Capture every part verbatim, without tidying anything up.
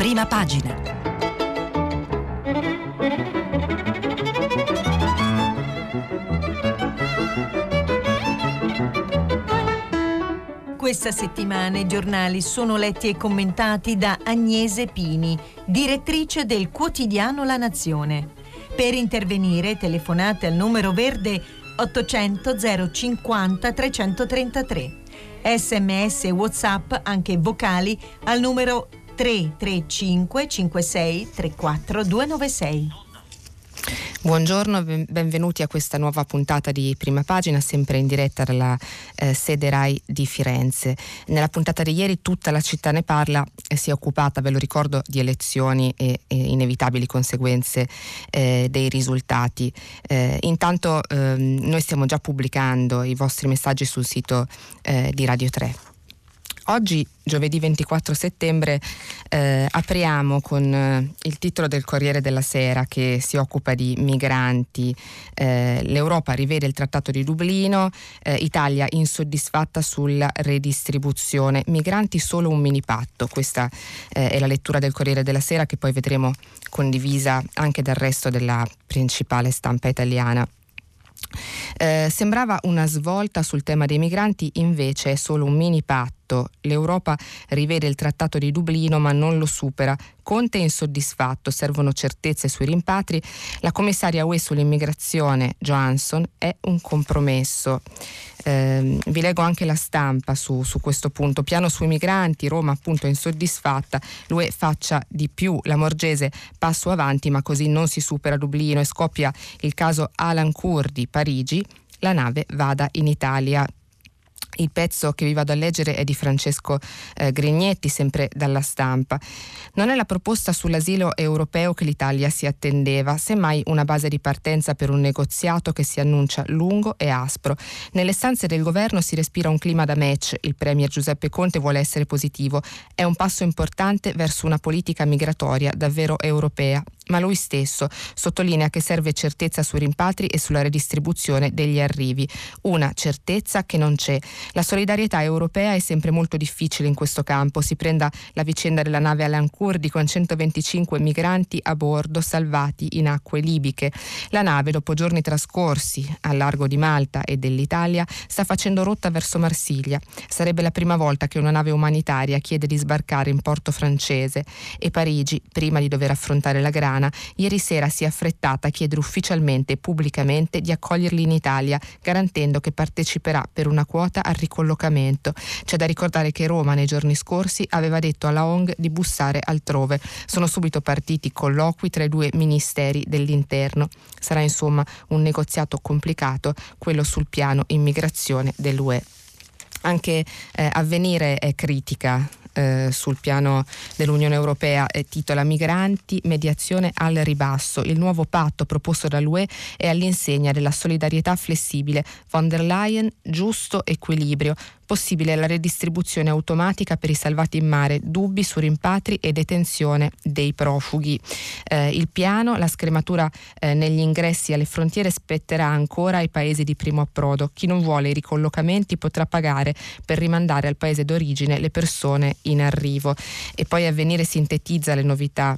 Prima pagina. Questa settimana i giornali sono letti e commentati da Agnese Pini, direttrice del quotidiano La Nazione. Per intervenire telefonate al numero verde ottocento zero cinquanta trecentotrentatré. Sms e WhatsApp, anche vocali, al numero tre tre cinque cinque sei tre quattro due nove sei. Buongiorno, benvenuti a questa nuova puntata di Prima Pagina, sempre in diretta dalla eh, sede Rai di Firenze. Nella puntata di ieri tutta la città ne parla e si è occupata, ve lo ricordo, di elezioni e, e inevitabili conseguenze eh, dei risultati. Eh, intanto eh, noi stiamo già pubblicando i vostri messaggi sul sito eh, di Radio tre. Oggi, giovedì ventiquattro settembre, eh, apriamo con eh, il titolo del Corriere della Sera che si occupa di migranti. Eh, L'Europa rivede il Trattato di Dublino, eh, Italia insoddisfatta sulla redistribuzione. Migranti solo un mini patto. Questa eh, è la lettura del Corriere della Sera, che poi vedremo condivisa anche dal resto della principale stampa italiana. Eh, sembrava una svolta sul tema dei migranti, invece è solo un mini patto. L'Europa rivede il Trattato di Dublino ma non lo supera. Conte è insoddisfatto, servono certezze sui rimpatri. La commissaria U E sull'immigrazione Johansson è un compromesso. Eh, vi leggo anche la stampa su, su questo punto. Piano sui migranti, Roma appunto insoddisfatta, l'U E faccia di più, la Morgese passo avanti ma così non si supera Dublino e scoppia il caso Alan Kurdi, Parigi, la nave vada in Italia. Il pezzo che vi vado a leggere è di Francesco eh, Grignetti, sempre dalla stampa. Non è la proposta sull'asilo europeo che l'Italia si attendeva, semmai una base di partenza per un negoziato che si annuncia lungo e aspro. Nelle stanze del governo si respira un clima da match. Il premier Giuseppe Conte vuole essere positivo. È un passo importante verso una politica migratoria davvero europea. Ma lui stesso sottolinea che serve certezza sui rimpatri e sulla redistribuzione degli arrivi. Una certezza che non c'è. La solidarietà europea è sempre molto difficile in questo campo. Si prenda la vicenda della nave Alan Kurdi con centoventicinque migranti a bordo salvati in acque libiche. La nave, dopo giorni trascorsi al largo di Malta e dell'Italia, sta facendo rotta verso Marsiglia. Sarebbe la prima volta che una nave umanitaria chiede di sbarcare in porto francese, e Parigi, prima di dover affrontare la grana, ieri sera si è affrettata a chiedere ufficialmente e pubblicamente di accoglierli in Italia, garantendo che parteciperà per una quota al ricollocamento. C'è da ricordare che Roma nei giorni scorsi aveva detto alla O N G di bussare altrove. Sono subito partiti colloqui tra i due ministeri dell'interno. Sarà insomma un negoziato complicato, quello sul piano immigrazione dell'U E. Anche eh, Avvenire è critica Eh, sul piano dell'Unione Europea, eh, titola Migranti, mediazione al ribasso. Il nuovo patto proposto dall'U E è all'insegna della solidarietà flessibile. Von der Leyen, giusto equilibrio. Possibile la redistribuzione automatica per i salvati in mare, dubbi su rimpatri e detenzione dei profughi. Eh, il piano, la scrematura eh, negli ingressi alle frontiere spetterà ancora ai paesi di primo approdo. Chi non vuole i ricollocamenti potrà pagare per rimandare al paese d'origine le persone in arrivo. E poi Avvenire sintetizza le novità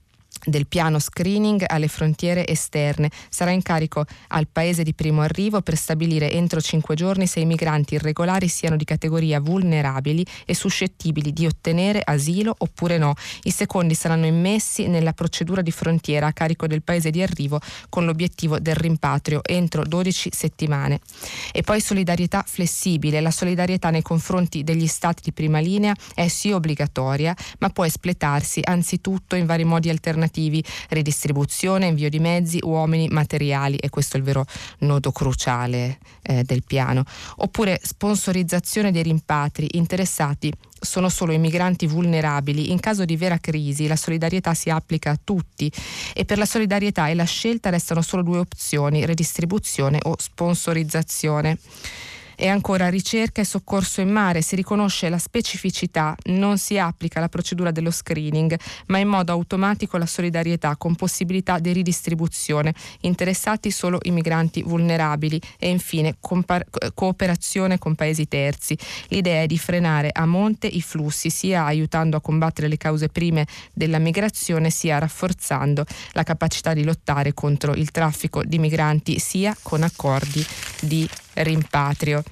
del piano screening alle frontiere esterne. Sarà in carico al paese di primo arrivo per stabilire entro cinque giorni se i migranti irregolari siano di categoria vulnerabili e suscettibili di ottenere asilo oppure no. I secondi saranno immessi nella procedura di frontiera a carico del paese di arrivo con l'obiettivo del rimpatrio entro dodici settimane. E poi solidarietà flessibile. La solidarietà nei confronti degli stati di prima linea è sì obbligatoria, ma può espletarsi anzitutto in vari modi alternativi: redistribuzione, invio di mezzi, uomini, materiali, e questo è il vero nodo cruciale eh, del piano, oppure sponsorizzazione dei rimpatri. Interessati sono solo i migranti vulnerabili. In caso di vera crisi la solidarietà si applica a tutti, e per la solidarietà e la scelta restano solo due opzioni: redistribuzione o sponsorizzazione. E ancora ricerca e soccorso in mare, si riconosce la specificità, non si applica la procedura dello screening, ma in modo automatico la solidarietà con possibilità di ridistribuzione, interessati solo i migranti vulnerabili. E infine compar- cooperazione con paesi terzi. L'idea è di frenare a monte i flussi, sia aiutando a combattere le cause prime della migrazione, sia rafforzando la capacità di lottare contro il traffico di migranti, sia con accordi di rimpatrio.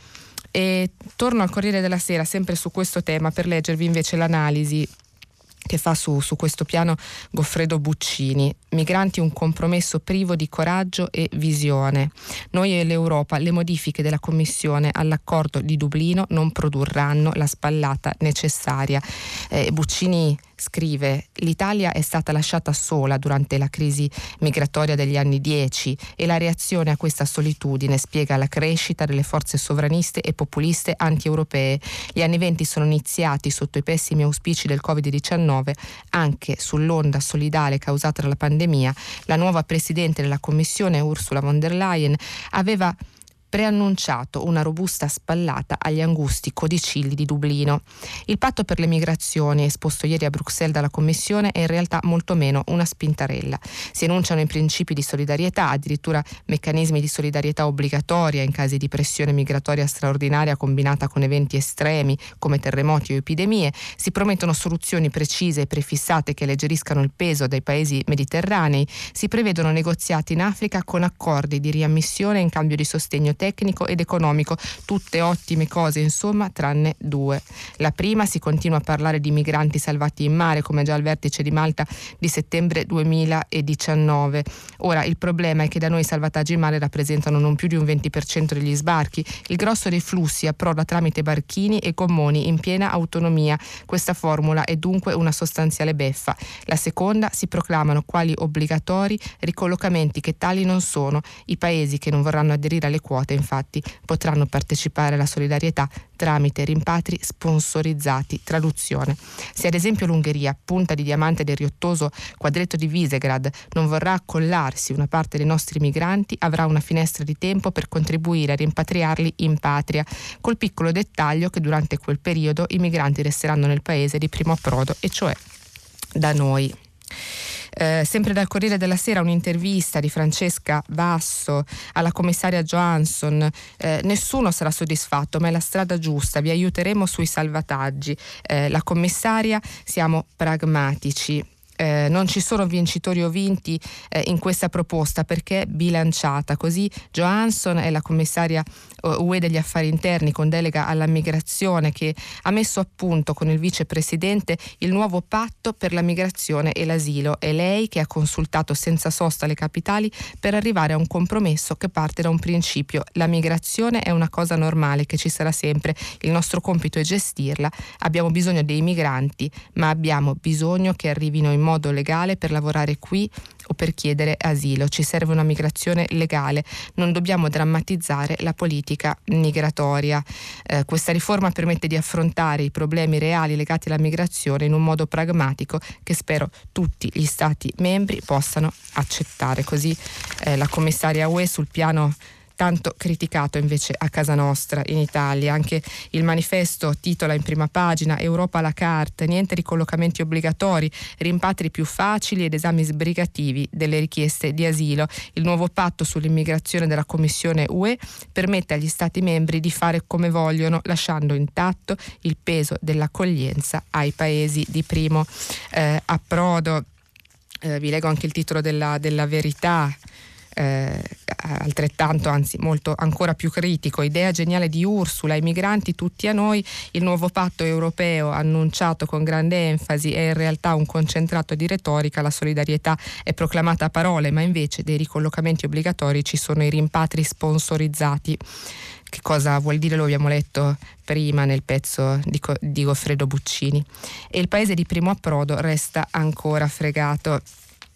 E torno al Corriere della Sera sempre su questo tema per leggervi invece l'analisi che fa su, su questo piano Goffredo Buccini. Migranti, un compromesso privo di coraggio e visione. Noi e l'Europa, le modifiche della Commissione all'accordo di Dublino non produrranno la spallata necessaria. Eh, Buccini scrive: l'Italia è stata lasciata sola durante la crisi migratoria degli anni dieci e la reazione a questa solitudine spiega la crescita delle forze sovraniste e populiste anti-europee. Gli anni venti sono iniziati sotto i pessimi auspici del covid diciannove, anche sull'onda solidale causata dalla pandemia. La nuova Presidente della Commissione, Ursula von der Leyen, aveva preannunciato una robusta spallata agli angusti codicilli di Dublino. Il patto per le migrazioni esposto ieri a Bruxelles dalla Commissione è in realtà molto meno una spintarella. Si enunciano i principi di solidarietà, addirittura meccanismi di solidarietà obbligatoria in casi di pressione migratoria straordinaria combinata con eventi estremi come terremoti o epidemie. Si promettono soluzioni precise e prefissate che alleggeriscano il peso dai paesi mediterranei. Si prevedono negoziati in Africa con accordi di riammissione in cambio di sostegno tecnico ed economico, tutte ottime cose insomma, tranne due. La prima: si continua a parlare di migranti salvati in mare, come già al vertice di Malta di settembre duemiladiciannove. Ora il problema è che da noi i salvataggi in mare rappresentano non più di un venti per cento degli sbarchi. Il grosso dei flussi approda tramite barchini e gommoni in piena autonomia. Questa formula è dunque una sostanziale beffa. La seconda: si proclamano quali obbligatori ricollocamenti che tali non sono. I paesi che non vorranno aderire alle quote infatti potranno partecipare alla solidarietà tramite rimpatri sponsorizzati. Traduzione: se ad esempio l'Ungheria, punta di diamante del riottoso quadretto di Visegrad, non vorrà accollarsi una parte dei nostri migranti, avrà una finestra di tempo per contribuire a rimpatriarli in patria, col piccolo dettaglio che durante quel periodo i migranti resteranno nel paese di primo approdo, e cioè da noi. Eh, sempre dal Corriere della Sera un'intervista di Francesca Basso alla commissaria Johansson. Eh, nessuno sarà soddisfatto, ma è la strada giusta, vi aiuteremo sui salvataggi. Eh, la commissaria: siamo pragmatici. Eh, non ci sono vincitori o vinti eh, in questa proposta perché è bilanciata. Così Johansson è la commissaria U E degli affari interni con delega alla migrazione, che ha messo a punto con il vicepresidente il nuovo patto per la migrazione e l'asilo. È lei che ha consultato senza sosta le capitali per arrivare a un compromesso che parte da un principio: la migrazione è una cosa normale che ci sarà sempre, il nostro compito è gestirla. Abbiamo bisogno dei migranti, ma abbiamo bisogno che arrivino in modo legale per lavorare qui o per chiedere asilo. Ci serve una migrazione legale, non dobbiamo drammatizzare la politica migratoria. Eh, questa riforma permette di affrontare i problemi reali legati alla migrazione in un modo pragmatico che spero tutti gli Stati membri possano accettare. Così eh, la commissaria U E sul piano tanto criticato invece a casa nostra in Italia. Anche il Manifesto titola in prima pagina: Europa à la carte, niente ricollocamenti obbligatori, rimpatri più facili ed esami sbrigativi delle richieste di asilo. Il nuovo patto sull'immigrazione della Commissione U E permette agli Stati membri di fare come vogliono, lasciando intatto il peso dell'accoglienza ai paesi di primo eh, approdo. Eh, vi leggo anche il titolo della, della Verità. Eh, altrettanto, anzi molto ancora più critico: idea geniale di Ursula, i migranti tutti a noi. Il nuovo patto europeo annunciato con grande enfasi è in realtà un concentrato di retorica. La solidarietà è proclamata a parole, ma invece dei ricollocamenti obbligatori ci sono i rimpatri sponsorizzati. Che cosa vuol dire? Lo abbiamo letto prima nel pezzo di, di Goffredo Buccini. E il paese di primo approdo resta ancora fregato.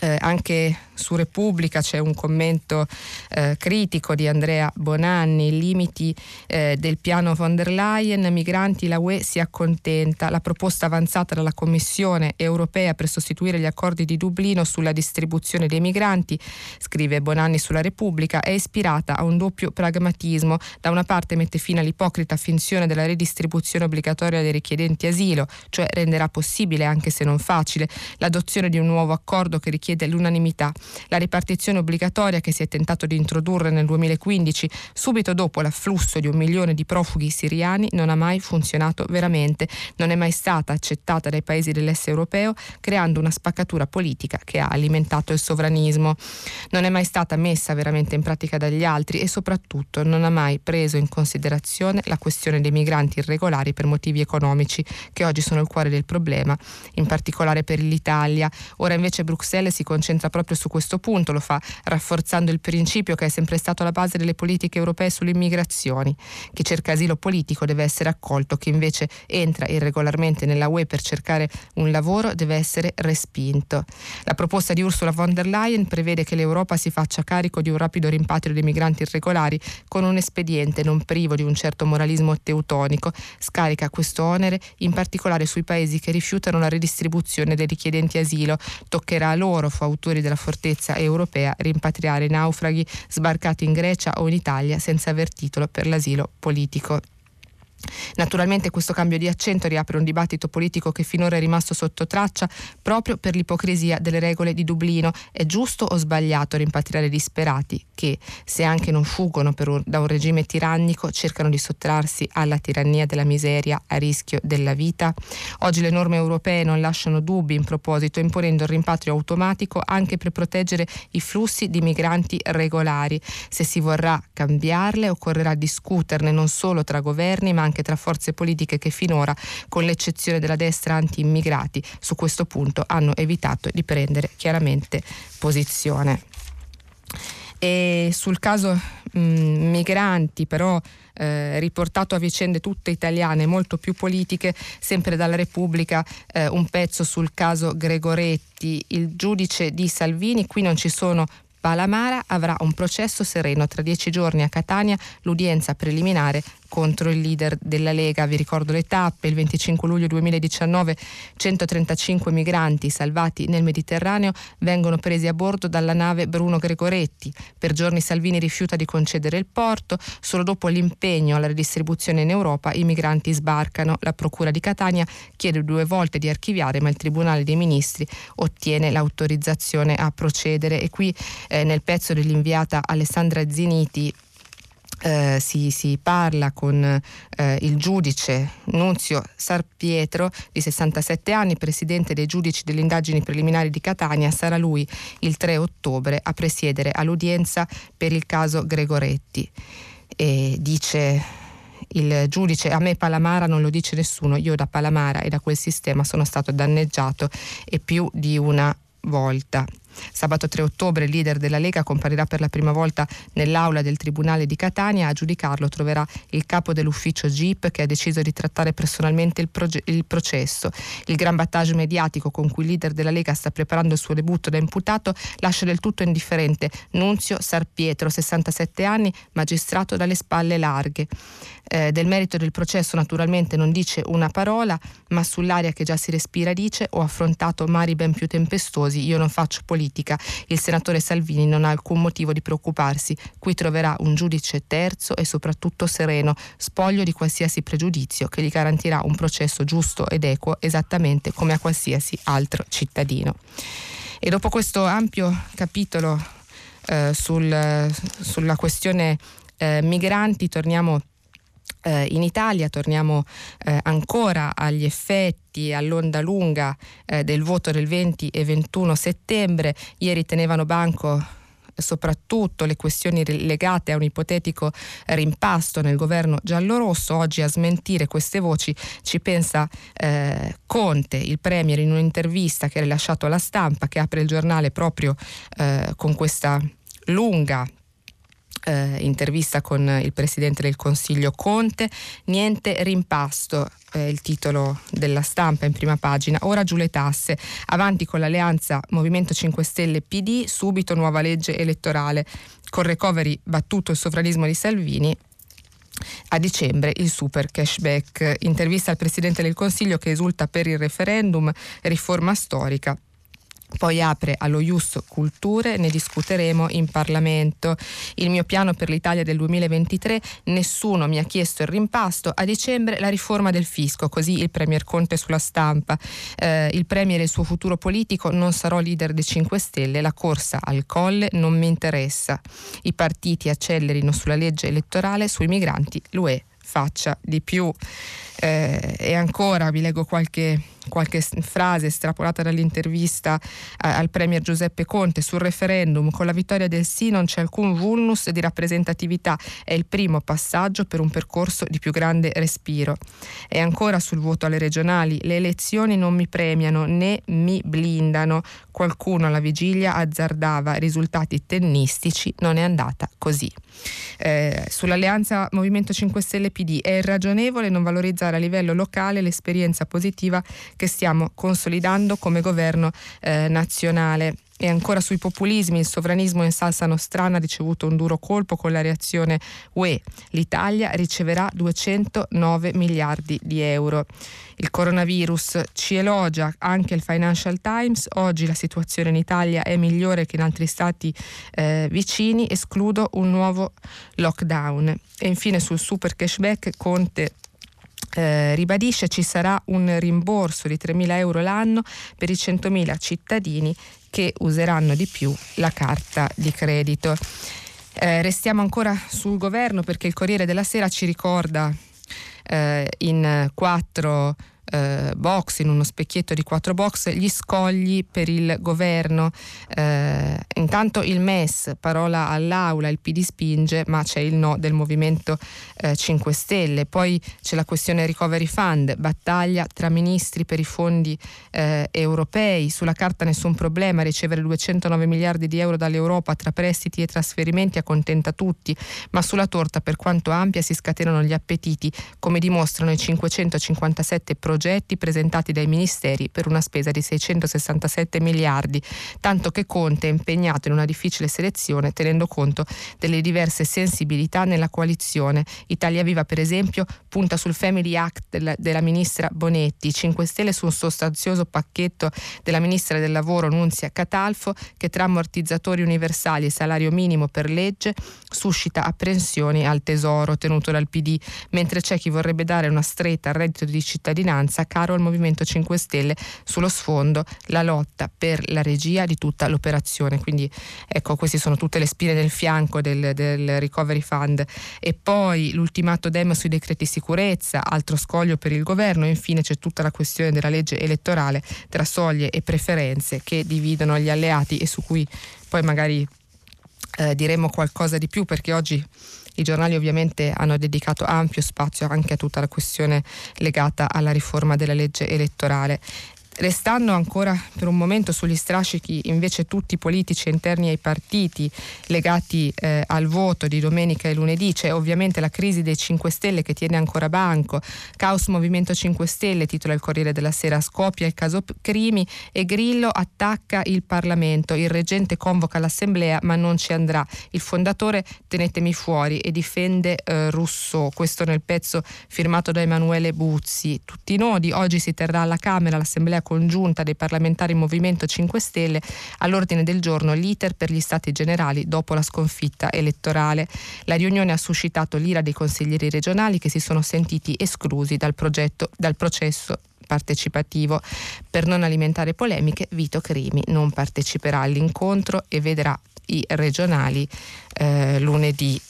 Eh, anche su Repubblica c'è un commento eh, critico di Andrea Bonanni: limiti eh, del piano von der Leyen, migranti, la U E si accontenta, la proposta avanzata dalla Commissione europea per sostituire gli accordi di Dublino sulla distribuzione dei migranti, scrive Bonanni sulla Repubblica, è ispirata a un doppio pragmatismo. Da una parte mette fine all'ipocrita finzione della redistribuzione obbligatoria dei richiedenti asilo, cioè renderà possibile, anche se non facile, l'adozione di un nuovo accordo che richiede l'unanimità. La ripartizione obbligatoria che si è tentato di introdurre nel duemilaquindici, subito dopo l'afflusso di un milione di profughi siriani, non ha mai funzionato veramente, non è mai stata accettata dai paesi dell'est europeo, creando una spaccatura politica che ha alimentato il sovranismo. Non è mai stata messa veramente in pratica dagli altri e soprattutto non ha mai preso in considerazione la questione dei migranti irregolari per motivi economici, che oggi sono il cuore del problema, in particolare per l'Italia. Ora invece Bruxelles si si concentra proprio su questo punto, lo fa rafforzando il principio che è sempre stato alla base delle politiche europee sulle immigrazioni: chi cerca asilo politico deve essere accolto, chi invece entra irregolarmente nella U E per cercare un lavoro deve essere respinto. La proposta di Ursula von der Leyen prevede che l'Europa si faccia carico di un rapido rimpatrio dei migranti irregolari con un espediente non privo di un certo moralismo teutonico. Scarica questo onere in particolare sui paesi che rifiutano la redistribuzione dei richiedenti asilo. Toccherà a loro, autori della fortezza europea, rimpatriare naufraghi sbarcati in Grecia o in Italia senza aver titolo per l'asilo politico. Naturalmente questo cambio di accento riapre un dibattito politico che finora è rimasto sotto traccia proprio per l'ipocrisia delle regole di Dublino. È giusto o sbagliato rimpatriare disperati che, se anche non fuggono per un, da un regime tirannico, cercano di sottrarsi alla tirannia della miseria a rischio della vita? Oggi le norme europee non lasciano dubbi in proposito, imponendo il rimpatrio automatico anche per proteggere i flussi di migranti regolari. Se si vorrà cambiarle, occorrerà discuterne non solo tra governi ma anche anche tra forze politiche che finora, con l'eccezione della destra anti-immigrati, su questo punto hanno evitato di prendere chiaramente posizione. E sul caso mh, migranti però eh, riportato a vicende tutte italiane, molto più politiche, sempre dalla Repubblica, eh, un pezzo sul caso Gregoretti, il giudice di Salvini, qui non ci sono Palamara, avrà un processo sereno tra dieci giorni a Catania, l'udienza preliminare contro il leader della Lega. Vi ricordo le tappe: il venticinque luglio duemiladiciannove centotrentacinque migranti salvati nel Mediterraneo vengono presi a bordo dalla nave Bruno Gregoretti. Per giorni Salvini rifiuta di concedere il porto, solo dopo l'impegno alla redistribuzione in Europa i migranti sbarcano. La procura di Catania chiede due volte di archiviare, ma il Tribunale dei Ministri ottiene l'autorizzazione a procedere. E qui eh, nel pezzo dell'inviata Alessandra Ziniti Eh, si, si parla con eh, il giudice Nunzio Sarpietro, di sessantasette anni, presidente dei giudici delle indagini preliminari di Catania. Sarà lui il tre ottobre a presiedere all'udienza per il caso Gregoretti. E dice il giudice: a me Palamara non lo dice nessuno, io da Palamara e da quel sistema sono stato danneggiato e più di una volta. Sabato tre ottobre il leader della Lega comparirà per la prima volta nell'aula del Tribunale di Catania. A giudicarlo troverà il capo dell'ufficio G I P, che ha deciso di trattare personalmente il, proge- il processo. Il gran battage mediatico con cui il leader della Lega sta preparando il suo debutto da imputato lascia del tutto indifferente Nunzio Sarpietro, sessantasette anni, magistrato dalle spalle larghe. Eh, del merito del processo naturalmente non dice una parola, ma sull'aria che già si respira dice: ho affrontato mari ben più tempestosi, io non faccio politica. Il senatore Salvini non ha alcun motivo di preoccuparsi, qui troverà un giudice terzo e soprattutto sereno, spoglio di qualsiasi pregiudizio, che gli garantirà un processo giusto ed equo esattamente come a qualsiasi altro cittadino. E dopo questo ampio capitolo eh, sul, sulla questione eh, migranti, torniamo Eh, in Italia, torniamo eh, ancora agli effetti, all'onda lunga eh, del voto del venti e ventuno settembre. Ieri tenevano banco soprattutto le questioni legate a un ipotetico rimpasto nel governo giallorosso. Oggi a smentire queste voci ci pensa eh, Conte, il premier, in un'intervista che ha rilasciato alla Stampa, che apre il giornale proprio eh, con questa lunga Eh, intervista con il Presidente del Consiglio Conte. Niente rimpasto, eh, il titolo della Stampa in prima pagina. Ora giù le tasse, avanti con l'alleanza Movimento cinque Stelle P D, subito nuova legge elettorale, con recovery battuto il sovranismo di Salvini. A dicembre il super cashback. Intervista al Presidente del Consiglio che esulta per il referendum, riforma storica. Poi apre allo Ius Culture, ne discuteremo in Parlamento. Il mio piano per l'Italia del duemilaventitré, nessuno mi ha chiesto il rimpasto. A dicembre la riforma del fisco, così il Premier Conte sulla Stampa. Eh, il Premier e il suo futuro politico, non sarò leader dei cinque Stelle, la corsa al colle non mi interessa. I partiti accelerino sulla legge elettorale, sui migranti l'U E faccia di più. Eh, e ancora vi leggo qualche, qualche frase estrapolata dall'intervista a, al Premier Giuseppe Conte sul referendum. Con la vittoria del sì non c'è alcun vulnus di rappresentatività, è il primo passaggio per un percorso di più grande respiro. E ancora sul voto alle regionali, le elezioni non mi premiano né mi blindano, qualcuno alla vigilia azzardava risultati tennistici, non è andata così. Eh, sull'alleanza Movimento cinque Stelle P D, è irragionevole non valorizzare a livello locale l'esperienza positiva che stiamo consolidando come governo eh, nazionale. E ancora sui populismi, il sovranismo in salsa nostrana ha ricevuto un duro colpo con la reazione U E. L'Italia riceverà duecentonove miliardi di euro. Il coronavirus ci elogia anche il Financial Times. Oggi la situazione in Italia è migliore che in altri stati eh, vicini, escludo un nuovo lockdown. E infine sul super cashback Conte Eh, ribadisce ci sarà un rimborso di tremila euro l'anno per i centomila cittadini che useranno di più la carta di credito. Eh, restiamo ancora sul governo perché il Corriere della Sera ci ricorda eh, in quattro eh, box, in uno specchietto di quattro box, gli scogli per il governo. Eh, intanto il M E S, parola all'aula, il P D spinge, ma c'è il no del Movimento eh, cinque Stelle. Poi c'è la questione Recovery Fund, battaglia tra ministri per i fondi eh, europei. Sulla carta nessun problema, ricevere duecentonove miliardi di euro dall'Europa tra prestiti e trasferimenti accontenta tutti, ma sulla torta, per quanto ampia, si scatenano gli appetiti, come dimostrano i cinquecentocinquantasette progetti presentati dai ministeri per una spesa di seicentosessantasette miliardi, tanto che Conte è impegnato in una difficile selezione tenendo conto delle diverse sensibilità nella coalizione. Italia Viva, per esempio, punta sul Family Act della, della ministra Bonetti, cinque Stelle su un sostanzioso pacchetto della ministra del Lavoro Nunzia Catalfo che tra ammortizzatori universali e salario minimo per legge suscita apprensioni al Tesoro tenuto dal P D, mentre c'è chi vorrebbe dare una stretta al reddito di cittadinanza caro al Movimento cinque Stelle, sullo sfondo la lotta per la regia di tutta l'operazione. Quindi ecco, queste sono tutte le spine del fianco del, del Recovery Fund. E poi l'ultimato Dem sui decreti sicurezza, altro scoglio per il governo. E infine c'è tutta la questione della legge elettorale tra soglie e preferenze che dividono gli alleati e su cui poi magari eh, diremo qualcosa di più, perché oggi i giornali ovviamente hanno dedicato ampio spazio anche a tutta la questione legata alla riforma della legge elettorale. Restando ancora per un momento sugli strascichi invece tutti politici interni ai partiti legati eh, al voto di domenica e lunedì, c'è ovviamente la crisi dei cinque Stelle che tiene ancora banco. Caos Movimento cinque Stelle, titola il Corriere della Sera, scoppia il caso Crimi e Grillo attacca il Parlamento, il reggente convoca l'assemblea ma non ci andrà, il fondatore tenetemi fuori e difende eh, Rousseau, questo nel pezzo firmato da Emanuele Buzzi. Tutti i nodi, oggi si terrà alla Camera l'assemblea congiunta dei parlamentari Movimento cinque Stelle, all'ordine del giorno l'iter per gli stati generali dopo la sconfitta elettorale. La riunione ha suscitato l'ira dei consiglieri regionali che si sono sentiti esclusi dal progetto, dal processo partecipativo. Per non alimentare polemiche, Vito Crimi non parteciperà all'incontro e vedrà i regionali eh, lunedì.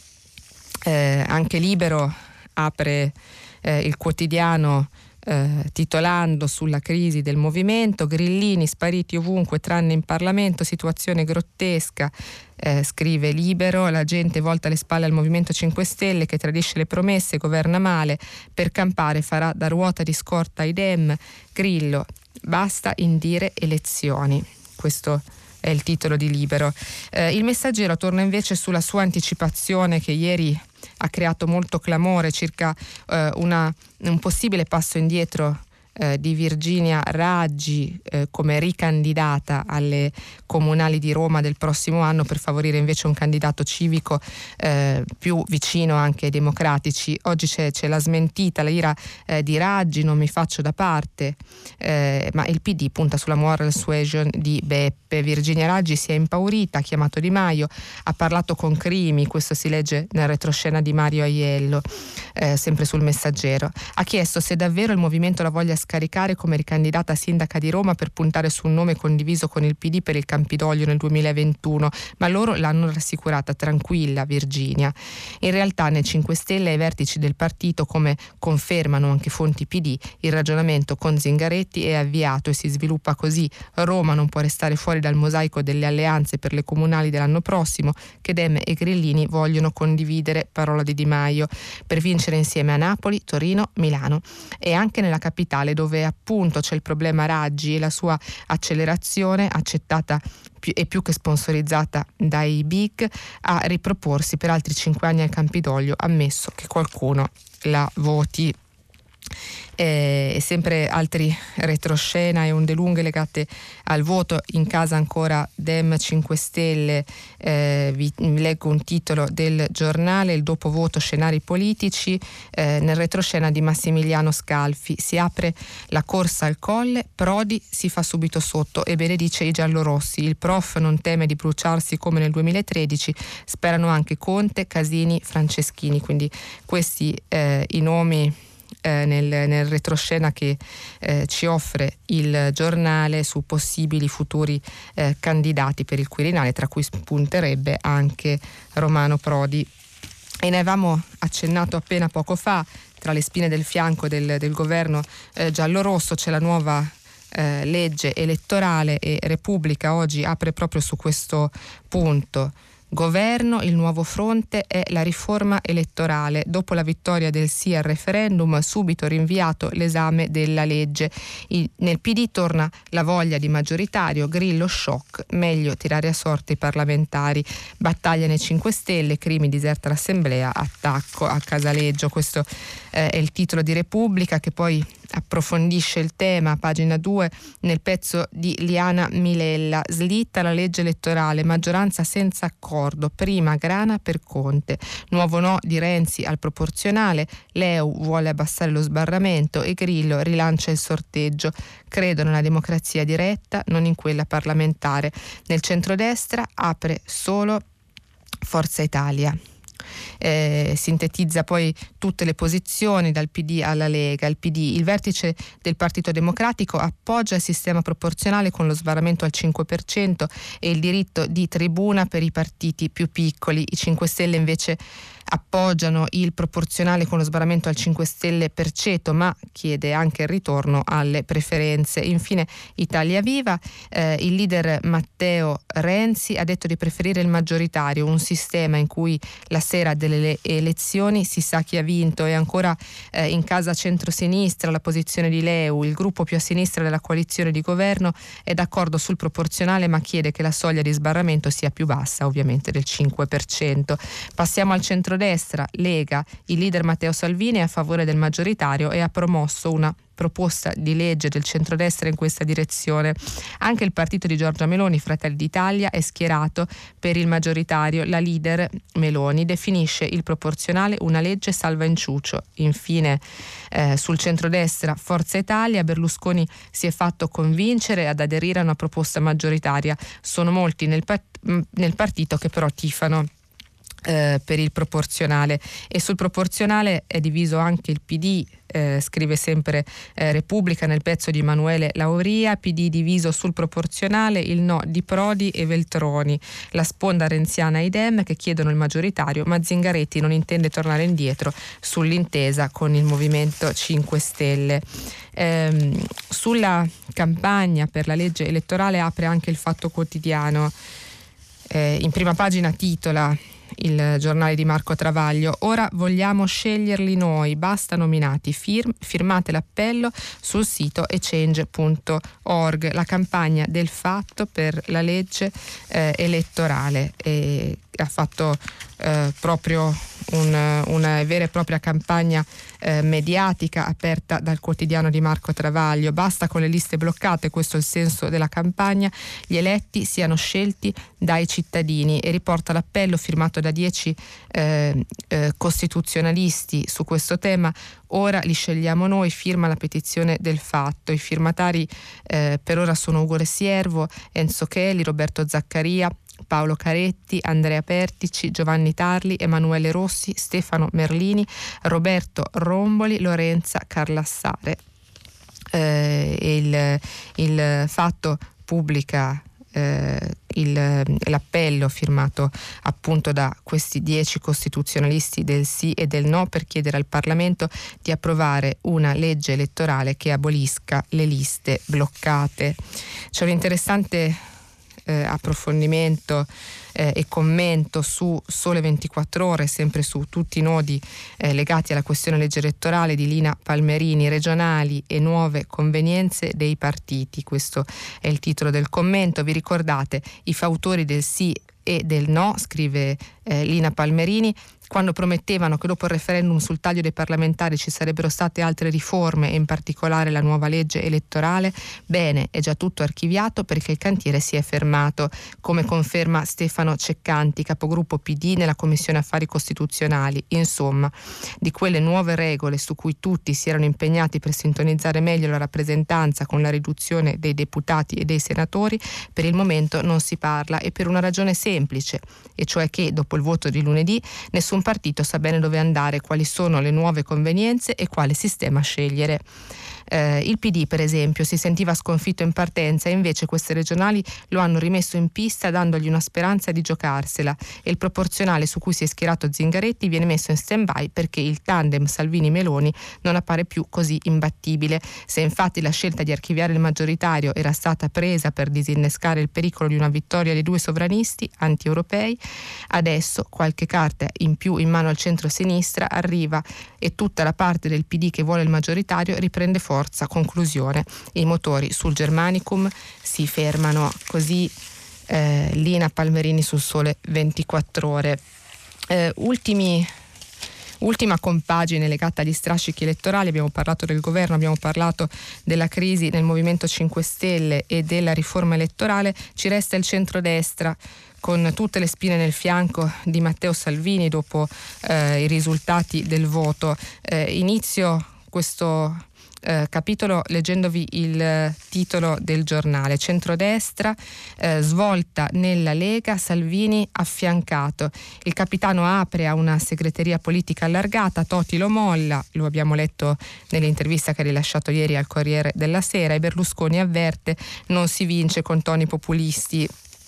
Eh, anche Libero apre eh, il quotidiano Eh, titolando sulla crisi del movimento, grillini spariti ovunque tranne in Parlamento, situazione grottesca, eh, scrive Libero, la gente volta le spalle al Movimento cinque Stelle che tradisce le promesse, governa male, per campare farà da ruota di scorta ai Dem, Grillo, basta indire elezioni. Questo è il titolo di Libero. Eh, il Messaggero torna invece sulla sua anticipazione che ieri ha creato molto clamore circa eh, una, un possibile passo indietro Eh, di Virginia Raggi eh, come ricandidata alle comunali di Roma del prossimo anno per favorire invece un candidato civico eh, più vicino anche ai democratici. Oggi c'è, c'è la smentita, la ira eh, di Raggi, non mi faccio da parte, eh, ma il P D punta sulla moral suasion di Beppe. Virginia Raggi si è impaurita, ha chiamato Di Maio, ha parlato con Crimi, questo si legge nel retroscena di Mario Aiello, eh, sempre sul Messaggero. Ha chiesto se davvero il movimento la voglia scaricare come ricandidata sindaca di Roma per puntare su un nome condiviso con il P D per il Campidoglio nel duemilaventuno, ma loro l'hanno rassicurata, tranquilla Virginia. In realtà nei cinque Stelle ai vertici del partito, come confermano anche fonti P D, il ragionamento con Zingaretti è avviato e si sviluppa così: Roma non può restare fuori dal mosaico delle alleanze per le comunali dell'anno prossimo che Dem e Grillini vogliono condividere, parola di Di Maio, per vincere insieme a Napoli, Torino, Milano e anche nella capitale, dove appunto c'è il problema Raggi e la sua accelerazione accettata più, e più che sponsorizzata dai big a riproporsi per altri cinque anni al Campidoglio, ammesso che qualcuno la voti. E sempre altri retroscena e onde lunghe legate al voto. In casa ancora Dem cinque Stelle, eh, vi leggo un titolo del giornale: il dopo voto scenari politici. Eh, nel retroscena di Massimiliano Scalfi: si apre la corsa al Colle, Prodi si fa subito sotto e benedice i giallorossi, il prof non teme di bruciarsi come nel duemilatredici, sperano anche Conte, Casini, Franceschini. Quindi questi eh, i nomi Eh, nel, nel retroscena che eh, ci offre il giornale su possibili futuri eh, candidati per il Quirinale, tra cui spunterebbe anche Romano Prodi. E ne avevamo accennato appena poco fa: tra le spine del fianco del, del governo eh, giallorosso c'è la nuova eh, legge elettorale, e Repubblica oggi apre proprio su questo punto. Governo, il nuovo fronte è la riforma elettorale. Dopo la vittoria del sì al referendum, subito rinviato l'esame della legge. Il, nel P D torna la voglia di maggioritario, Grillo shock, meglio tirare a sorte i parlamentari. Battaglia nei cinque Stelle, Crimi diserta l'assemblea, attacco a Casaleggio. Questo eh, è il titolo di Repubblica, che poi approfondisce il tema, pagina due, nel pezzo di Liana Milella. Slitta la legge elettorale, maggioranza senza accordo, prima grana per Conte, nuovo no di Renzi al proporzionale, l'E U vuole abbassare lo sbarramento e Grillo rilancia il sorteggio. Credo nella democrazia diretta, non in quella parlamentare. Nel centrodestra apre solo Forza Italia. Eh, sintetizza poi tutte le posizioni dal P D alla Lega. Il P D, il vertice del Partito Democratico appoggia il sistema proporzionale con lo sbarramento al cinque per cento e il diritto di tribuna per i partiti più piccoli. I cinque Stelle invece appoggiano il proporzionale con lo sbarramento al cinque Stelle per cento, ma chiede anche il ritorno alle preferenze. Infine Italia Viva, eh, il leader Matteo Renzi ha detto di preferire il maggioritario, un sistema in cui la sera delle elezioni si sa chi ha vinto. E ancora eh, in casa centrosinistra la posizione di L'E U, il gruppo più a sinistra della coalizione di governo è d'accordo sul proporzionale ma chiede che la soglia di sbarramento sia più bassa, ovviamente del cinque per cento. Passiamo al centrodestra. Lega, il leader Matteo Salvini è a favore del maggioritario e ha promosso una proposta di legge del centrodestra in questa direzione. Anche il partito di Giorgia Meloni, Fratelli d'Italia, è schierato per il maggioritario. La leader Meloni definisce il proporzionale una legge salva inciucio. Infine eh, sul centrodestra Forza Italia, Berlusconi si è fatto convincere ad aderire a una proposta maggioritaria. Sono molti nel, pa- nel partito che però tifano Eh, per il proporzionale, e sul proporzionale è diviso anche il P D, eh, scrive sempre eh, Repubblica nel pezzo di Emanuele Lauria. P D diviso sul proporzionale, il no di Prodi e Veltroni, la sponda renziana e i Dem che chiedono il maggioritario, ma Zingaretti non intende tornare indietro sull'intesa con il Movimento cinque Stelle. Ehm, sulla campagna per la legge elettorale apre anche il Fatto Quotidiano. Eh, in prima pagina titola: il giornale di Marco Travaglio. Ora vogliamo sceglierli noi, basta nominati, Firm, firmate l'appello sul sito e change punto org, la campagna del fatto per la legge eh, elettorale. E ha fatto eh, proprio un, una vera e propria campagna eh, mediatica aperta dal quotidiano di Marco Travaglio. Basta con le liste bloccate, questo è il senso della campagna, gli eletti siano scelti dai cittadini, e riporta l'appello firmato da dieci eh, eh, costituzionalisti su questo tema. Ora li scegliamo noi, firma la petizione del fatto. I firmatari eh, per ora sono Ugo Siervo, Enzo Cheli, Roberto Zaccaria, Paolo Caretti, Andrea Pertici, Giovanni Tarli, Emanuele Rossi, Stefano Merlini, Roberto Romboli, Lorenza Carlassare. Eh, il, il fatto pubblica eh, il, l'appello firmato appunto da questi dieci costituzionalisti del sì e del no per chiedere al Parlamento di approvare una legge elettorale che abolisca le liste bloccate. C'è un interessante Eh, approfondimento eh, e commento su Sole ventiquattro Ore, sempre su tutti i nodi eh, legati alla questione legge elettorale, di Lina Palmerini, regionali e nuove convenienze dei partiti. Questo è il titolo del commento. Vi ricordate i fautori del sì e del no, scrive eh, Lina Palmerini, quando promettevano che dopo il referendum sul taglio dei parlamentari ci sarebbero state altre riforme e in particolare la nuova legge elettorale. Bene, è già tutto archiviato perché il cantiere si è fermato, come conferma Stefano Ceccanti, capogruppo P D nella Commissione Affari Costituzionali. Insomma, di quelle nuove regole su cui tutti si erano impegnati per sintonizzare meglio la rappresentanza con la riduzione dei deputati e dei senatori, per il momento non si parla, e per una ragione semplice, e cioè che dopo il voto di lunedì nessun partito sa bene dove andare, quali sono le nuove convenienze e quale sistema scegliere. Eh, il P D, per esempio, si sentiva sconfitto in partenza, e invece queste regionali lo hanno rimesso in pista dandogli una speranza di giocarsela, e il proporzionale su cui si è schierato Zingaretti viene messo in stand-by perché il tandem Salvini-Meloni non appare più così imbattibile. Se infatti la scelta di archiviare il maggioritario era stata presa per disinnescare il pericolo di una vittoria dei due sovranisti anti-europei, adesso qualche carta in più in mano al centro-sinistra arriva, e tutta la parte del P D che vuole il maggioritario riprende forza. Conclusione: i motori sul Germanicum si fermano. Così eh, Lina Palmerini sul Sole ventiquattro Ore. Eh, ultimi Ultima compagine legata agli strascichi elettorali. Abbiamo parlato del governo, abbiamo parlato della crisi nel Movimento cinque Stelle e della riforma elettorale. Ci resta il centrodestra, con tutte le spine nel fianco di Matteo Salvini dopo eh, i risultati del voto. Eh, inizio questo Eh, capitolo leggendovi il eh, titolo del giornale: centrodestra, eh, svolta nella Lega, Salvini affiancato. Il capitano apre a una segreteria politica allargata, Toti lo molla, lo abbiamo letto nell'intervista che ha rilasciato ieri al Corriere della Sera, e Berlusconi avverte: non si vince con toni populisti.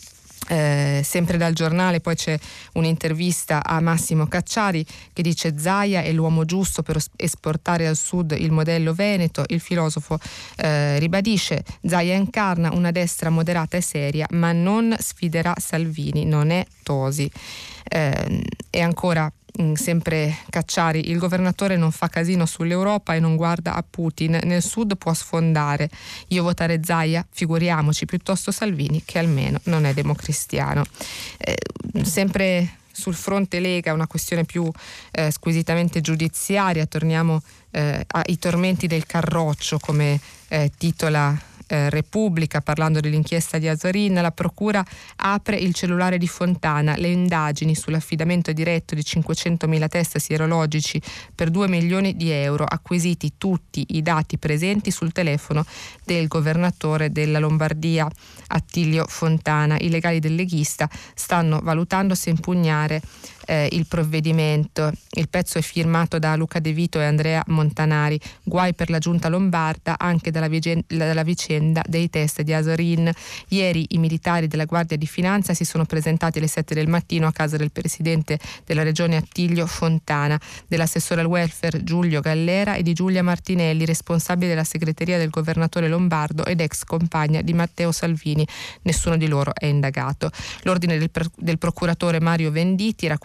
Eh, sempre dal giornale poi c'è un'intervista a Massimo Cacciari che dice: Zaia è l'uomo giusto per esportare al sud il modello veneto. Il filosofo eh, ribadisce: Zaia incarna una destra moderata e seria, ma non sfiderà Salvini, non è Tosi. Eh, e ancora sempre Cacciari: il governatore non fa casino sull'Europa e non guarda a Putin, nel sud può sfondare. Io votare Zaia? Figuriamoci, piuttosto Salvini, che almeno non è democristiano. Eh, sempre sul fronte Lega una questione più eh, squisitamente giudiziaria. Torniamo eh, ai tormenti del Carroccio, come eh, titola Eh, Repubblica, parlando dell'inchiesta di Azorin. La procura apre il cellulare di Fontana, le indagini sull'affidamento diretto di cinquecentomila test sierologici per due milioni di euro, acquisiti tutti i dati presenti sul telefono del governatore della Lombardia Attilio Fontana. I legali del leghista stanno valutando se impugnare Eh, il provvedimento. Il pezzo è firmato da Luca De Vito e Andrea Montanari. Guai per la giunta lombarda anche dalla, vigen- dalla vicenda dei test di Azorin. Ieri i militari della Guardia di Finanza si sono presentati alle sette del mattino a casa del presidente della regione Attilio Fontana, dell'assessore al welfare Giulio Gallera e di Giulia Martinelli, responsabile della segreteria del governatore lombardo ed ex compagna di Matteo Salvini. Nessuno di loro è indagato. L'ordine del, per- del procuratore Mario Venditi era quello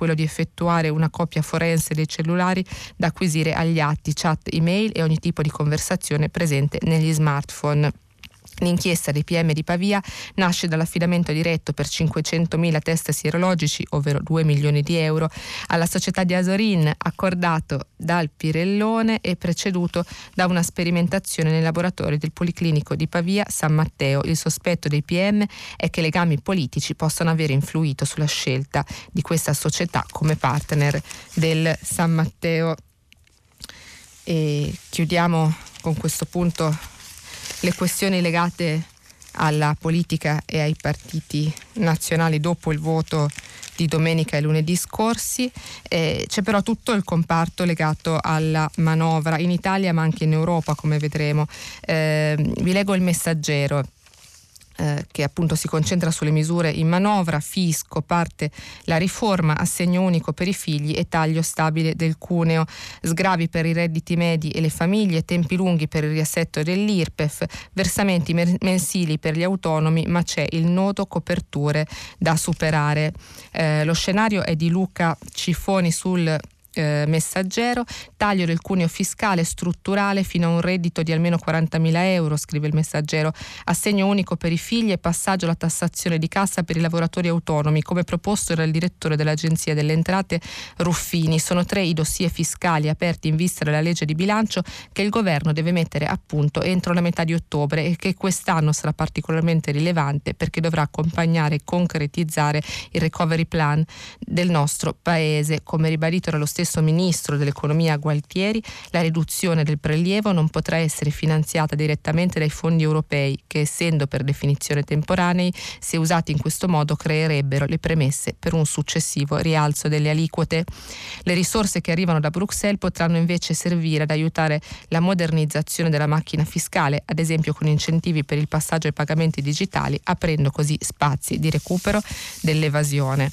quello di effettuare una copia forense dei cellulari da acquisire agli atti, chat, email e ogni tipo di conversazione presente negli smartphone. L'inchiesta dei P M di Pavia nasce dall'affidamento diretto per cinquecentomila test sierologici, ovvero due milioni di euro, alla società di Asorin, accordato dal Pirellone e preceduto da una sperimentazione nei laboratori del Policlinico di Pavia San Matteo. Il sospetto dei P M è che legami politici possano aver influito sulla scelta di questa società come partner del San Matteo. E chiudiamo con questo punto le questioni legate alla politica e ai partiti nazionali dopo il voto di domenica e lunedì scorsi. Eh, c'è però tutto il comparto legato alla manovra in Italia ma anche in Europa, come vedremo. Eh, vi leggo il Messaggero, Eh, che appunto si concentra sulle misure in manovra. Fisco, parte la riforma, assegno unico per i figli e taglio stabile del cuneo, sgravi per i redditi medi e le famiglie, tempi lunghi per il riassetto dell'I R P E F, versamenti mensili per gli autonomi, ma c'è il nodo coperture da superare. Eh, lo scenario è di Luca Cifoni sul Eh, Messaggero. Taglio del cuneo fiscale strutturale fino a un reddito di almeno quarantamila euro, scrive il Messaggero. Assegno unico per i figli e passaggio alla tassazione di cassa per i lavoratori autonomi, come proposto dal direttore dell'Agenzia delle Entrate Ruffini. Sono tre i dossier fiscali aperti in vista della legge di bilancio che il governo deve mettere a punto entro la metà di ottobre e che quest'anno sarà particolarmente rilevante perché dovrà accompagnare e concretizzare il recovery plan del nostro paese. Come ribadito dallo stesso ministro dell'economia Gualtieri, la riduzione del prelievo non potrà essere finanziata direttamente dai fondi europei che, essendo per definizione temporanei, se usati in questo modo creerebbero le premesse per un successivo rialzo delle aliquote. Le risorse che arrivano da Bruxelles potranno invece servire ad aiutare la modernizzazione della macchina fiscale, ad esempio con incentivi per il passaggio ai pagamenti digitali, aprendo così spazi di recupero dell'evasione.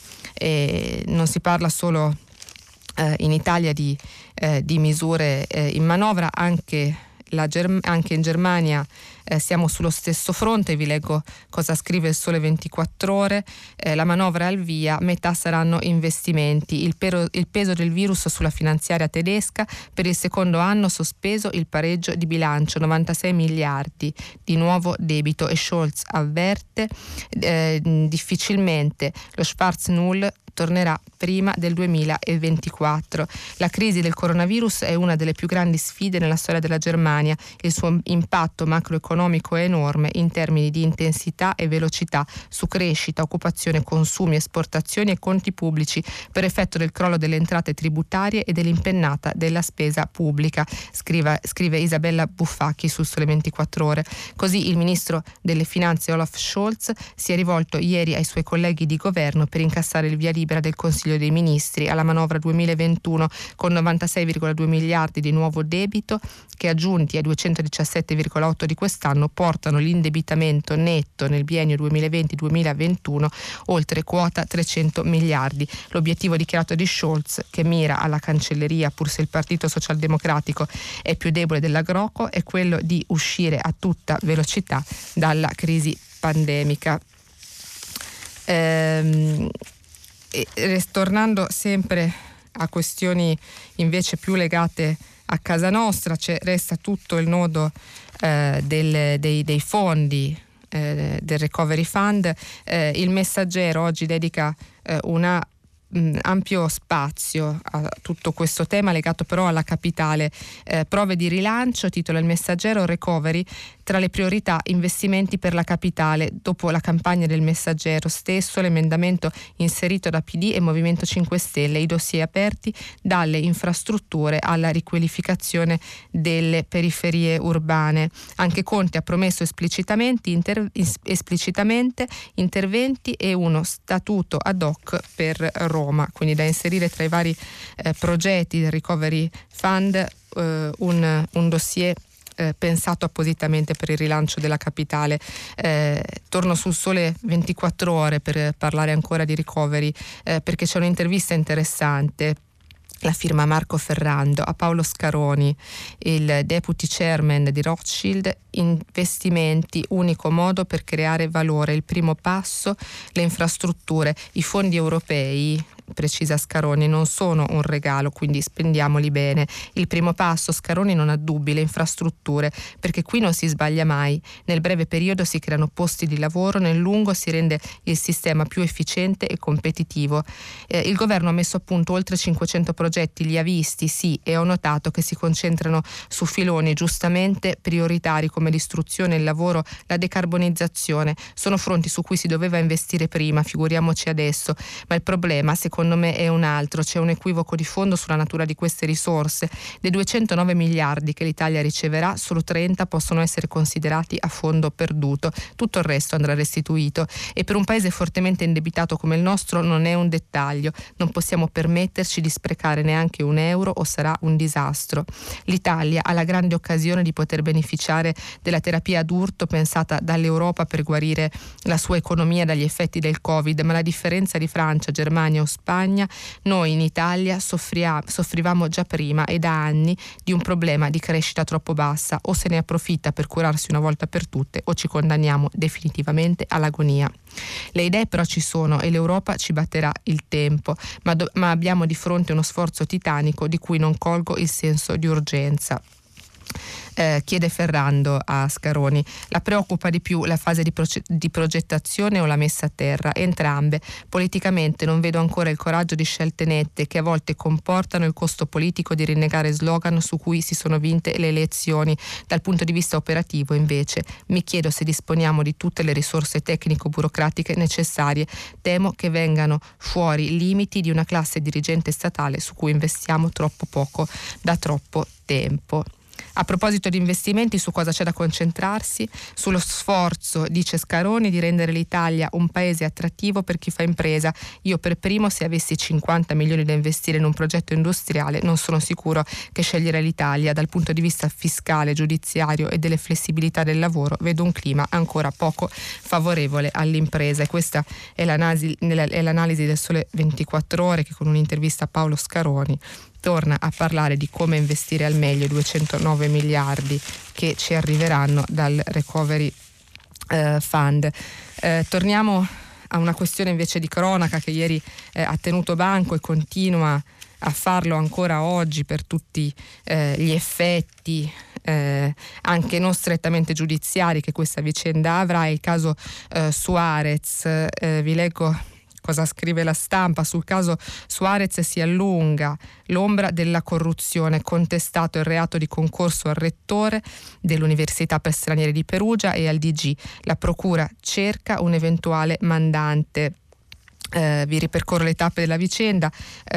E non si parla solo Eh, in Italia di, eh, di misure eh, in manovra, anche, la Germ- anche in Germania eh, siamo sullo stesso fronte. Vi leggo cosa scrive il Sole ventiquattro Ore. Eh, la manovra è al via, metà saranno investimenti. Il, pero- il peso del virus sulla finanziaria tedesca, per il secondo anno sospeso il pareggio di bilancio, novantasei miliardi di nuovo debito, e Scholz avverte eh, difficilmente lo Schwarz-Null tornerà prima del duemilaventiquattro. La crisi del coronavirus è una delle più grandi sfide nella storia della Germania. Il suo impatto macroeconomico è enorme in termini di intensità e velocità su crescita, occupazione, consumi, esportazioni e conti pubblici, per effetto del crollo delle entrate tributarie e dell'impennata della spesa pubblica, scrive, scrive Isabella Buffacchi sul Sole ventiquattro Ore. Così il ministro delle Finanze Olaf Scholz si è rivolto ieri ai suoi colleghi di governo per incassare il via libera del Consiglio dei Ministri alla manovra duemilaventuno con novantasei virgola due miliardi di nuovo debito che, aggiunti ai duecentodiciassette virgola otto di quest'anno, portano l'indebitamento netto nel biennio duemilaventi duemilaventuno oltre quota trecento miliardi. L'obiettivo dichiarato di Scholz, che mira alla cancelleria pur se il Partito Socialdemocratico è più debole della Greco, è quello di uscire a tutta velocità dalla crisi pandemica. Ehm E, tornando sempre a questioni invece più legate a casa nostra, c'è, resta tutto il nodo eh, del, dei, dei fondi eh, del Recovery Fund. Eh, il Messaggero oggi dedica eh, una mh, ampio spazio a tutto questo tema legato però alla capitale. Eh, prove di rilancio, titola il Messaggero, Recovery tra le priorità, investimenti per la capitale. Dopo la campagna del Messaggero stesso, l'emendamento inserito da P D e Movimento cinque Stelle, i dossier aperti dalle infrastrutture alla riqualificazione delle periferie urbane. Anche Conte ha promesso esplicitamente, inter- esplicitamente interventi e uno statuto ad hoc per Roma, quindi da inserire tra i vari eh, progetti del Recovery Fund eh, un, un dossier Eh, pensato appositamente per il rilancio della capitale. Eh, torno sul Sole ventiquattro Ore per parlare ancora di recovery, eh, perché c'è un'intervista interessante, la firma Marco Ferrando, a Paolo Scaroni, il deputy chairman di Rothschild. Investimenti, unico modo per creare valore, il primo passo, le infrastrutture, i fondi europei precisa Scaroni, non sono un regalo, quindi spendiamoli bene. Il primo passo, Scaroni non ha dubbi, le infrastrutture, perché qui non si sbaglia mai. Nel breve periodo si creano posti di lavoro, nel lungo si rende il sistema più efficiente e competitivo. Eh, il governo ha messo a punto oltre cinquecento progetti, li ha visti, sì, e ho notato che si concentrano su filoni giustamente prioritari come l'istruzione, il lavoro, la decarbonizzazione. Sono fronti su cui si doveva investire prima, figuriamoci adesso, ma il problema secondo me è un altro, c'è un equivoco di fondo sulla natura di queste risorse. Dei duecentonove miliardi che l'Italia riceverà, solo trenta possono essere considerati a fondo perduto, tutto il resto andrà restituito, e per un paese fortemente indebitato come il nostro non è un dettaglio, non possiamo permetterci di sprecare neanche un euro o sarà un disastro. L'Italia ha la grande occasione di poter beneficiare della terapia ad urto pensata dall'Europa per guarire la sua economia dagli effetti del Covid, ma la differenza di Francia, Germania o Spagna, noi in Italia soffria, soffrivamo già prima e da anni di un problema di crescita troppo bassa. O se ne approfitta per curarsi una volta per tutte o ci condanniamo definitivamente all'agonia. Le idee però ci sono e l'Europa ci batterà il tempo, ma, do- ma abbiamo di fronte uno sforzo titanico di cui non colgo il senso di urgenza. Eh, chiede Ferrando a Scaroni. La preoccupa di più la fase di, proce- di progettazione o la messa a terra? Entrambe. Politicamente non vedo ancora il coraggio di scelte nette che a volte comportano il costo politico di rinnegare slogan su cui si sono vinte le elezioni. Dal punto di vista operativo invece mi chiedo se disponiamo di tutte le risorse tecnico-burocratiche necessarie. Temo che vengano fuori i limiti di una classe dirigente statale su cui investiamo troppo poco da troppo tempo. A proposito di investimenti, su cosa c'è da concentrarsi? Sullo sforzo, dice Scaroni, di rendere l'Italia un paese attrattivo per chi fa impresa. Io per primo, se avessi cinquanta milioni da investire in un progetto industriale, non sono sicuro che sceglierei l'Italia. Dal punto di vista fiscale, giudiziario e delle flessibilità del lavoro, vedo un clima ancora poco favorevole all'impresa. E questa è l'analisi, è l'analisi del Sole ventiquattro Ore, che con un'intervista a Paolo Scaroni torna a parlare di come investire al meglio i duecentonove miliardi che ci arriveranno dal Recovery eh, Fund. Eh, torniamo a una questione invece di cronaca che ieri eh, ha tenuto banco e continua a farlo ancora oggi per tutti eh, gli effetti eh, anche non strettamente giudiziari che questa vicenda avrà. È il caso eh, Suarez. Eh, vi leggo cosa scrive La Stampa. Sul caso Suarez si allunga l'ombra della corruzione, contestato il reato di concorso al rettore dell'Università per Stranieri di Perugia e al D G. La procura cerca un eventuale mandante. Eh, vi ripercorro le tappe della vicenda.